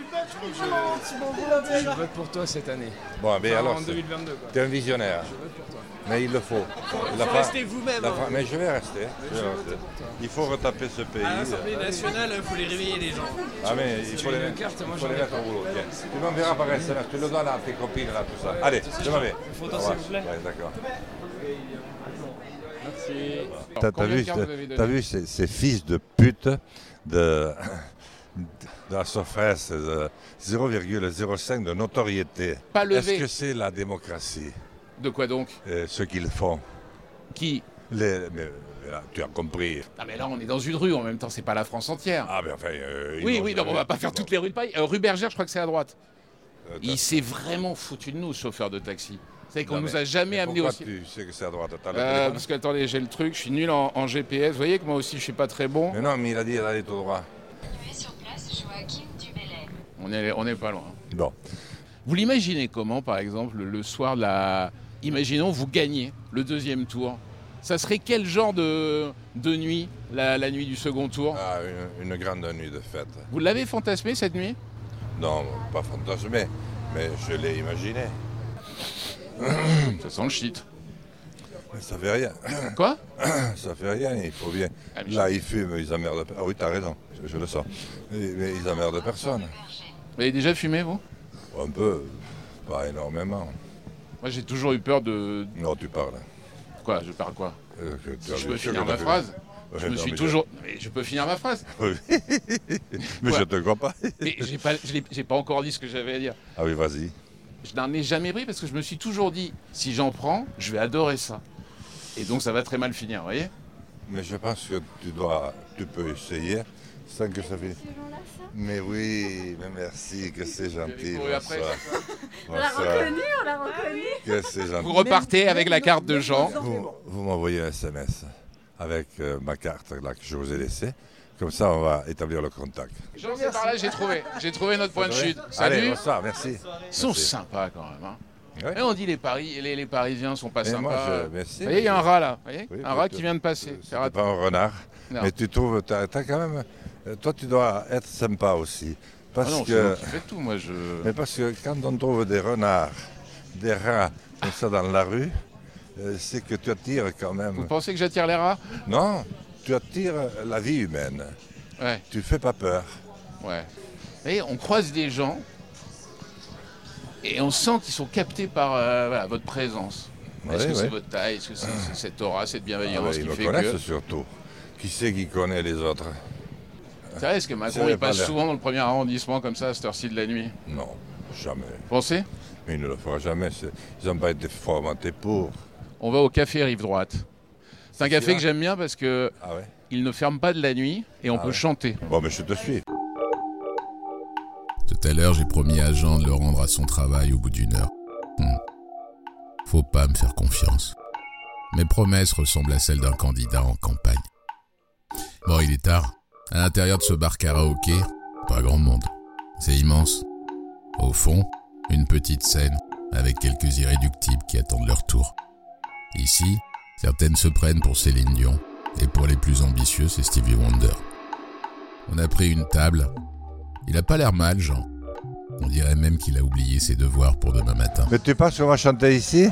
Je vote pour toi cette année. Bon, mais Enfin, alors, en c'est- deux mille vingt-deux. quoi. t'es un visionnaire. Je vote pour toi. Mais il le faut. Il La faut Fra- rester vous-même. la hein. Fra- Mais je vais rester. Je vais vais rester. voter pour toi. Il faut retaper ce pays. À l'Assemblée nationale, il faut les réveiller les gens. Ah mais Si il tu faut veux les une mettre, carte, moi, il faut j'en les ai mettre au boulot. Tiens. Tu m'enverras par S M S, tu le donnes à tes copines là, tout ça. Allez, tout de je suite. m'en vais. Une photo, Au revoir. s'il vous plaît. Ouais, d'accord. Merci. T'as t'as vu, Vous avez t'as donné vu ces, ces fils de pute de, de la Sofres, de zéro virgule zéro cinq de notoriété. Pas levé. Est-ce que c'est la démocratie, De quoi donc? euh, ce qu'ils font? Qui? Les, mais, là, tu as compris. Ah mais là on est dans une rue en même temps, c'est pas la France entière. Ah, mais enfin. euh, ils oui, vont- oui, non, on va pas faire toutes les rues de Paris. Euh, rue Bergère, je crois que c'est à droite. Euh, Il s'est vraiment foutu de nous, chauffeur de taxi. Vous savez qu'on non, nous mais- a jamais mais amené pourquoi aussi. tu sais que c'est à droite? T'as le Euh, téléphone? parce que attendez, j'ai le truc, je suis nul en, en G P S. Vous voyez que moi aussi je suis pas très bon. Mais non, mais il a dit d'aller tout droit. Sur place, Joachim Dubellay. On est, on est pas loin. Bon. Vous l'imaginez comment, par exemple, le soir de la. Imaginons, vous gagnez le deuxième tour. Ça serait quel genre de, de nuit, la, la nuit du second tour? Ah, une, une grande nuit de fête. Vous l'avez fantasmé cette nuit? Non, pas fantasmé, mais je l'ai imaginé. Ça sent le shit. Mais ça fait rien. Quoi? Ça fait rien, il faut bien. Ah, mais Là, ils fument, ils emmerdent. Ah oui, t'as raison, je, je le sens. Mais, mais ils emmerdent personne. Vous avez déjà fumé, vous? Un peu, pas énormément. Moi, j'ai toujours eu peur de. Non, tu parles. Quoi? Je parle quoi? Euh, que tu as Je bien peux sûr finir que ma t'as fait- phrase? Ouais, Je me non, suis mais toujours. Mais je peux finir ma phrase? Oui. mais Quoi? je te crois pas. Mais j'ai pas, je l'ai- j'ai pas encore dit ce que j'avais à dire. Ah oui, vas-y. Je n'en ai jamais pris parce que je me suis toujours dit, si j'en prends, je vais adorer ça. Et donc ça va très mal finir, vous voyez? Mais je pense que tu dois, tu peux essayer sans que ça finisse. Mais oui, mais merci, que c'est gentil. couru après, bonsoir. On l'a Bonsoir. reconnu, on l'a reconnu. Que c'est gentil. Vous repartez avec la carte de Jean. Vous, vous m'envoyez un S M S avec euh, ma carte là, que je vous ai laissée. Comme ça, on va établir le contact. Jean, c'est par là, j'ai trouvé. J'ai trouvé notre point de chute. Allez, Salut. bonsoir, merci. Ils sont Merci. sympas quand même. Hein. Ouais. Et on dit les, Paris, les, les Parisiens sont pas Mais sympas. moi, je- merci. Vous voyez, il y a un rat là. Vous voyez Oui, un parce rat que qui vient de passer. C'est C'était raté. pas un renard. Non. Mais tu trouves, tu as, quand même. euh, Toi, tu dois être sympa aussi. Parce Ah non, c'est que. moi qui fais tout, moi je. Mais parce que quand on trouve des renards, des rats comme ça dans la rue, euh, c'est que tu attires quand Vous même. pensez que j'attire les rats? Non, tu attires la vie humaine. Ouais, Tu fais pas peur. ouais. Vous voyez, on croise des gens et on sent qu'ils sont captés par euh, voilà, votre présence. Est-ce Ouais, que c'est ouais. votre taille? Est-ce que c'est c'est cette aura, cette Ah bienveillance ouais, qui ils me fait connaissent que... surtout. Qui c'est qui connaît les autres? C'est vrai, est-ce que Macron C'est il passe pas l'air. souvent dans le premier arrondissement comme ça à cette heure-ci de la nuit? Non, jamais. Vous pensez? Mais il ne le fera jamais. c'est- Ils n'ont pas été formatés pour. On va au café Rive Droite. C'est un café là que j'aime bien parce que Ah ouais? il ne ferme pas de la nuit et on Ah peut ouais. chanter. Bon, mais je te suis. Tout à l'heure, j'ai promis à Jean de le rendre à son travail au bout d'une heure. Hmm. Faut pas me faire confiance. Mes promesses ressemblent à celles d'un candidat en campagne. Bon, il est tard. À l'intérieur de ce bar karaoké, pas grand monde. C'est immense. Au fond, une petite scène avec quelques irréductibles qui attendent leur tour. Ici, certaines se prennent pour Céline Dion et pour les plus ambitieux, c'est Stevie Wonder. On a pris une table. Il a pas l'air mal, Jean. On dirait même qu'il a oublié ses devoirs pour demain matin. Mais tu penses qu'on va chanter ici?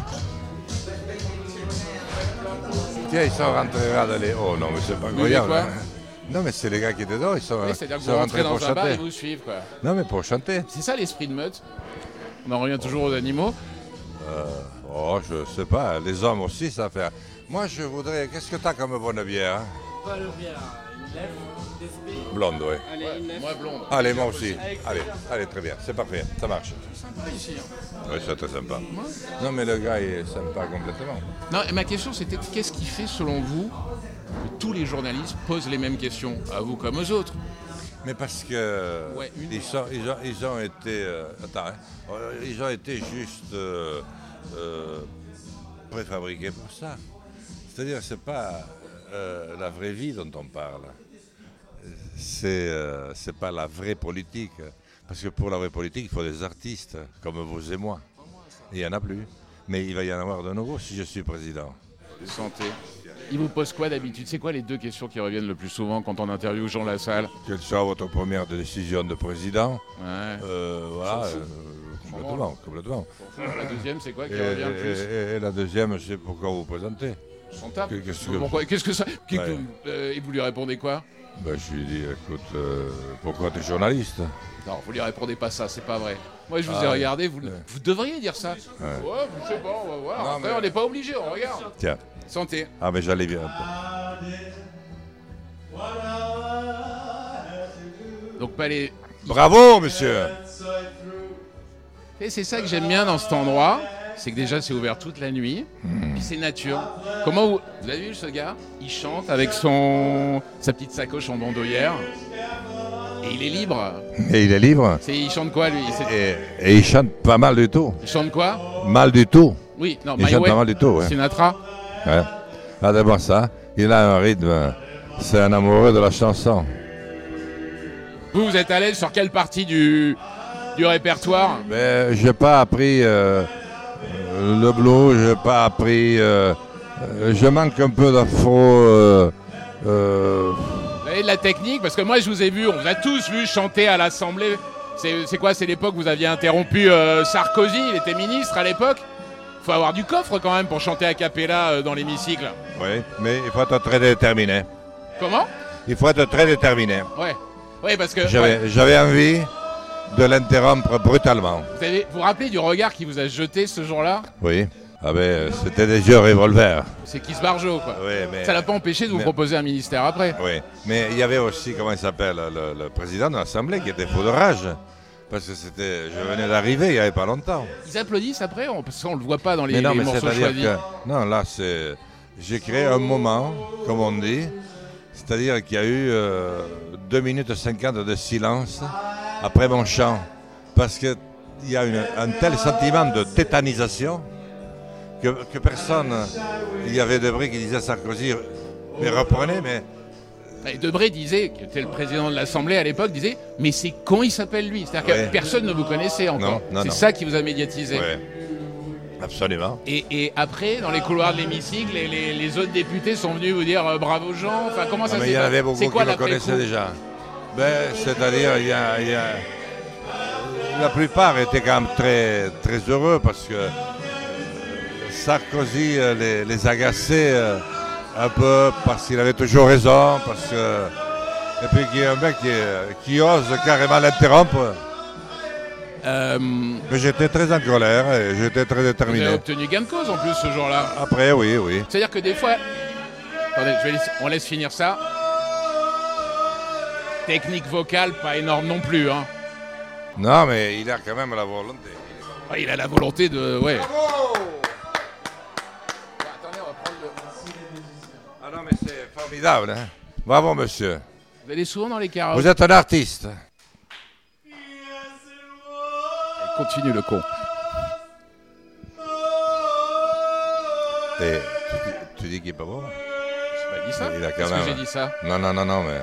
Tiens, ils sont rentrés, regarde les... Oh non, mais c'est pas Vous incroyable. voulez quoi? hein. Non, mais c'est les gars qui étaient dedans, ils sont, Oui, c'est-à-dire ils que sont vous rentrez rentrés dans pour un bar et chanter. vous suivent, quoi. Non, mais pour chanter. C'est ça l'esprit de meute. On en revient toujours aux animaux. Euh, oh, je sais pas, les hommes aussi, ça fait... Moi, je voudrais... Qu'est-ce que t'as comme bonne bière? hein Pas le bière, une lèvre, des spé. Blonde, oui. Allez, une lèvre. Moi blonde. Allez, moi aussi. Allez, allez, très bien, c'est parfait, ça marche. Sympa ici. hein. Oui, c'est très sympa. Non, mais le gars, il est sympa complètement. Non, et ma question c'était qu'est-ce qui fait selon vous que tous les journalistes posent les mêmes questions, à vous comme aux autres? Mais parce que Ouais, une- ils, sont, ils, ont, ils ont été... euh, attends, hein, euh, ils ont été juste euh, euh, préfabriqués pour ça. C'est-à-dire, c'est pas euh, la vraie vie dont on parle. C'est euh, c'est pas la vraie politique. Parce que pour la vraie politique, il faut des artistes comme vous et moi. Il n'y en a plus. Mais il va y en avoir de nouveau si je suis président. Santé. Il vous pose quoi d'habitude? C'est quoi les deux questions qui reviennent le plus souvent quand on interviewe Jean Lassalle? Quelle sera votre première décision de président? Ouais. Euh, Voilà, euh, complètement, complètement. La deuxième, c'est quoi qui Et, revient le plus? et- et la deuxième, c'est pourquoi vous présentez. Son table. que- qu'est-ce que- Pourquoi? Qu'est-ce que ça qu'est-ce Ouais. que- euh, Et vous lui répondez quoi? Ben, je lui dis, écoute, euh, pourquoi tu es journaliste? Non, vous lui répondez pas ça, c'est pas vrai. Moi, je vous ai Ah, regardé, vous, ouais. vous devriez dire ça. Ouais. Ouais, je sais pas, on va voir. Non, Après, mais- on n'est pas obligé, on regarde. Tiens. Santé. Ah, mais j'allais bien. Donc, pas les. Bravo, monsieur! Et c'est ça que j'aime bien dans cet endroit, c'est que déjà c'est ouvert toute la nuit, puis c'est nature. Comment vous, vous avez vu ce gars? Il chante avec son sa petite sacoche en bandoulière et il est libre. Et il est libre. C'est il chante quoi lui? C'est- Et, et il chante pas mal du tout. Il chante quoi? Mal du tout. Oui, non, Il My chante Way, pas mal du tout, ouais. Sinatra. Ouais. Ah, d'abord ça, il a un rythme. C'est un amoureux de la chanson. Vous, vous êtes à l'aise sur quelle partie du du répertoire? Mais j'ai pas appris euh, euh, le blues, j'ai pas appris. euh, euh, je manque un peu d'afro. Euh, euh, Vous avez de la technique? Parce que moi je vous ai vu, on vous a tous vu chanter à l'Assemblée. C'est c'est quoi? C'est l'époque où vous aviez interrompu euh, Sarkozy, il était ministre à l'époque. Faut avoir du coffre quand même pour chanter a cappella euh, dans l'hémicycle. oui, mais il faut être très déterminé. Comment? Il faut être très déterminé. Ouais. Ouais, parce que J'avais ouais, j'avais envie de l'interrompre brutalement. vous avez, vous vous rappelez du regard qui vous a jeté ce jour-là? Oui. Ah ben, c'était des yeux revolver. C'est Kiss Barjot, quoi. Oui, mais. Ça l'a pas empêché de vous mais- proposer un ministère après. Oui, mais il y avait aussi, comment il s'appelle, le, le président de l'Assemblée qui était fou de rage. Parce que c'était, je venais d'arriver il n'y avait pas longtemps. Ils applaudissent après, on, parce qu'on le voit pas dans les, mais non, les mais morceaux c'est-à-dire choisis. que. Non, là, c'est. J'ai créé un moment, comme on dit. C'est-à-dire qu'il y a eu euh, deux minutes cinquante de silence après mon chant. Parce qu'il y a une- un tel sentiment de tétanisation que, que personne. Il y avait Debré qui disait à Sarkozy, mais reprenez, mais. Et Debré disait, qui était le président de l'Assemblée à l'époque, disait « Mais c'est con, il s'appelle lui ». C'est-à-dire Ouais. que personne ne vous connaissait encore. Non, non, C'est non. ça qui vous a médiatisé. Ouais, absolument. Et, et après, dans les couloirs de l'hémicycle, les, les- les autres députés sont venus vous dire euh, bravo Jean. Enfin, comment ça Ah, mais s'est il y en passé? avait beaucoup C'est quoi qui me l'après-coup? connaissaient déjà. Ben, c'est-à-dire, il y a, il y a- la plupart étaient quand même très, très heureux parce que euh, Sarkozy euh, les, les agaçait euh, un peu parce qu'il avait toujours raison, parce que et puis qu'il y a un mec qui, qui ose carrément l'interrompre. Euh, Mais j'étais très en colère et j'étais très vous déterminé. avez obtenu gain de cause en plus ce jour-là. Après, oui, oui. C'est-à-dire que des fois... Attendez, je vais laisser- on laisse finir ça. Technique vocale, pas énorme non plus. Hein. Non, mais il a quand même la volonté. Ah, il a la volonté de... Ouais. Ah non, mais c'est formidable. Hein. Bravo, monsieur. Vous allez souvent dans les karaokés. Vous êtes un artiste. Continue le con. Et tu, tu dis qu'il est pas bon? J'ai pas dit ça. Il a quand Est-ce que même... j'ai dit ça? Non, non, non, non, mais...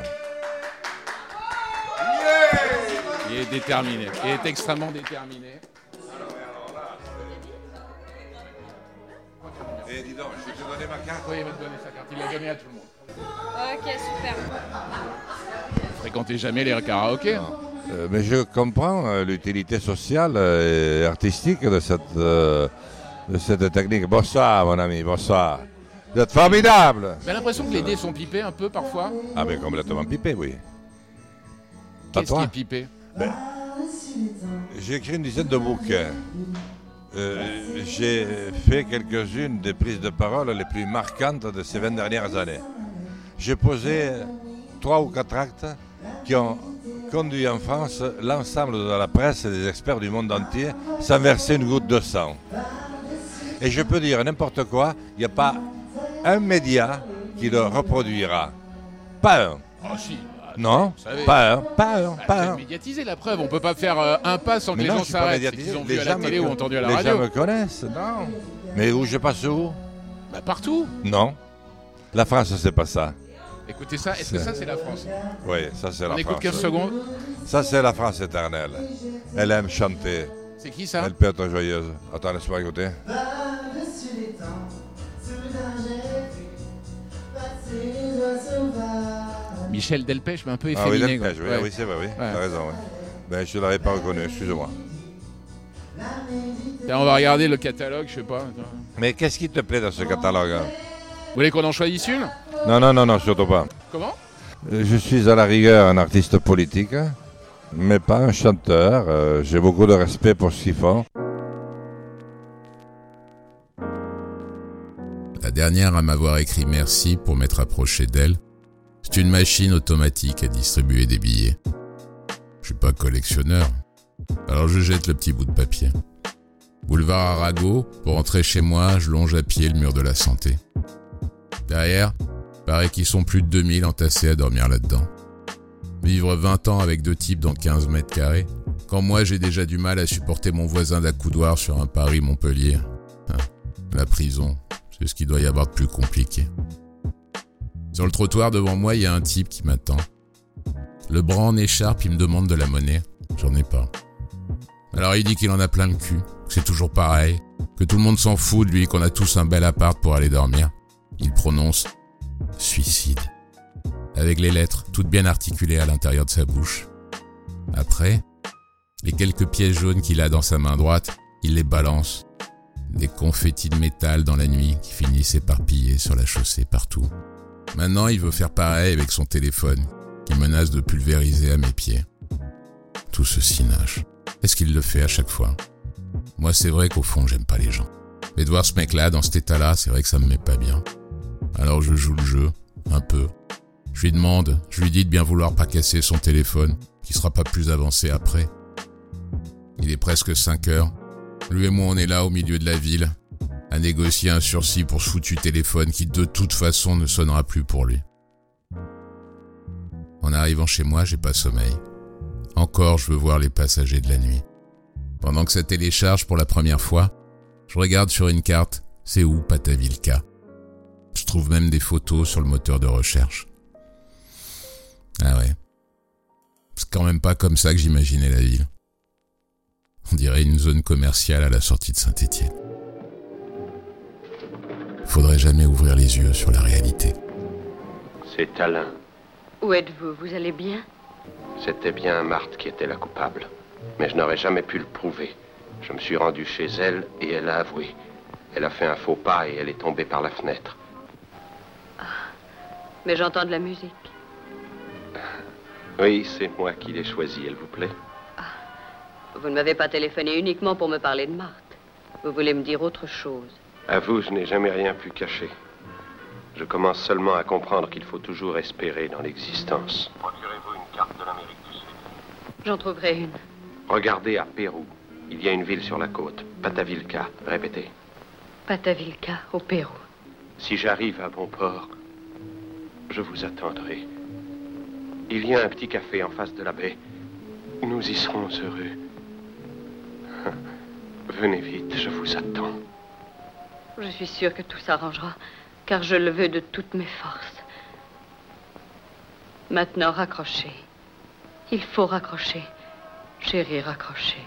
Il est déterminé. Il est extrêmement déterminé. Eh, dis donc, je vais te donner ma carte. Oui, il va te donner sa carte. Il l'a donnée à tout le monde. Ok, super. Vous fréquentez jamais les karaokés? Euh, mais je comprends euh, l'utilité sociale euh, et artistique de cette, euh, de cette technique. Bonsoir, mon ami, bonsoir. Vous êtes formidable. J'ai l'impression que les dés sont pipés un peu parfois. Ah, mais complètement pipé, oui. Pas Qu'est-ce qui toi? est pipé? Ben, j'ai écrit une dizaine de bouquins. Euh, j'ai fait quelques-unes des prises de parole les plus marquantes de ces vingt dernières années. J'ai posé trois ou quatre actes qui ont conduit en France l'ensemble de la presse et des experts du monde entier sans verser une goutte de sang. Et je peux dire n'importe quoi, il n'y a pas un média qui le reproduira. Pas un. Oh si. Non, Vous savez. pas un, pas un, Ah, pas vous un. êtes médiatisé la preuve. On peut pas faire euh, un pas sans que Mais les non, gens je suis pas s'arrêtent. C'est médiatisé. qu'ils ont Les vu à la gens me télé ou con- entendu à la Les radio. gens me connaissent, non. Mais où je passe où? Bah, partout. Non. La France, c'est pas ça. Écoutez ça. Est-ce que C'est- ça c'est la France? Oui, ça c'est la On France. écoute quinze secondes. Ça c'est la France éternelle. Elle aime chanter. C'est qui ça? Elle peut être joyeuse. Attends, laisse-moi écouter. Michel Delpech, mais un peu Ah oui, efféminé. Delpech, quoi. oui, Ouais. oui, c'est vrai, oui. Ouais. T'as raison, oui. Ben, je ne l'avais pas reconnu, excuse-moi. Tiens, on va regarder le catalogue, je sais pas. Attends. Mais qu'est-ce qui te plaît dans ce catalogue? hein Vous voulez qu'on en choisisse une? Non, non, non, non, surtout pas. Comment? Euh, Je suis à la rigueur un artiste politique, mais pas un chanteur. Euh, J'ai beaucoup de respect pour ce qu'ils font. La dernière à m'avoir écrit merci pour m'être approché d'elle, c'est une machine automatique à distribuer des billets. Je suis pas collectionneur, alors je jette le petit bout de papier. Boulevard Arago, pour entrer chez moi, je longe à pied le mur de la Santé. Derrière, paraît qu'ils sont plus de deux mille entassés à dormir là-dedans. Vivre vingt ans avec deux types dans quinze mètres carrés, quand moi j'ai déjà du mal à supporter mon voisin d'accoudoir sur un Paris-Montpellier. Ah, la prison, c'est ce qu'il doit y avoir de plus compliqué. Sur le trottoir devant moi, il y a un type qui m'attend. Le bras en écharpe, il me demande de la monnaie. J'en ai pas. Alors il dit qu'il en a plein le cul, que c'est toujours pareil, que tout le monde s'en fout de lui, qu'on a tous un bel appart pour aller dormir. Il prononce « suicide » avec les lettres toutes bien articulées à l'intérieur de sa bouche. Après, les quelques pièces jaunes qu'il a dans sa main droite, il les balance. Des confettis de métal dans la nuit qui finissent éparpillés sur la chaussée partout. Maintenant, il veut faire pareil avec son téléphone, qui menace de pulvériser à mes pieds. Tout ceci nage. Est-ce qu'il le fait à chaque fois? Moi, c'est vrai qu'au fond, j'aime pas les gens. Mais de voir ce mec-là, dans cet état-là, c'est vrai que ça me met pas bien. Alors je joue le jeu, un peu. Je lui demande, je lui dis de bien vouloir pas casser son téléphone, qui sera pas plus avancé après. Il est presque cinq heures. Lui et moi, on est là, au milieu de la ville, à négocier un sursis pour ce foutu téléphone qui, de toute façon, ne sonnera plus pour lui. En arrivant chez moi, j'ai pas sommeil. Encore, je veux voir les passagers de la nuit. Pendant que ça télécharge pour la première fois, je regarde sur une carte, c'est où Patavilka. Je trouve même des photos sur le moteur de recherche. Ah ouais. C'est quand même pas comme ça que j'imaginais la ville. On dirait une zone commerciale à la sortie de Saint-Étienne. Faudrait jamais ouvrir les yeux sur la réalité. C'est Alain. Où êtes-vous? Vous allez bien? C'était bien Marthe qui était la coupable. Mais je n'aurais jamais pu le prouver. Je me suis rendu chez elle et elle a avoué. Elle a fait un faux pas et elle est tombée par la fenêtre. Mais j'entends de la musique. Oui, c'est moi qui l'ai choisie, elle vous plaît? Vous ne m'avez pas téléphoné uniquement pour me parler de Marthe. Vous voulez me dire autre chose. À vous, je n'ai jamais rien pu cacher. Je commence seulement à comprendre qu'il faut toujours espérer dans l'existence. Procurez-vous une carte de l'Amérique du Sud. J'en trouverai une. Regardez à Pérou. Il y a une ville sur la côte. Patavilca. Répétez. Patavilca, au Pérou. Si j'arrive à bon port, je vous attendrai. Il y a un petit café en face de la baie. Nous y serons heureux. Venez vite, je vous attends. Je suis sûre que tout s'arrangera, car je le veux de toutes mes forces. Maintenant, raccrochez. Il faut raccrocher. Chérie, raccrocher.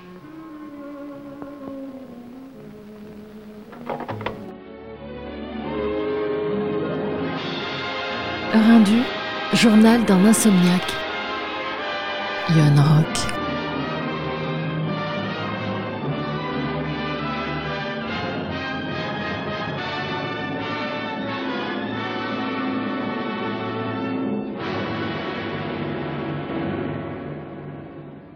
Rendu, journal d'un insomniaque. Yon Rock.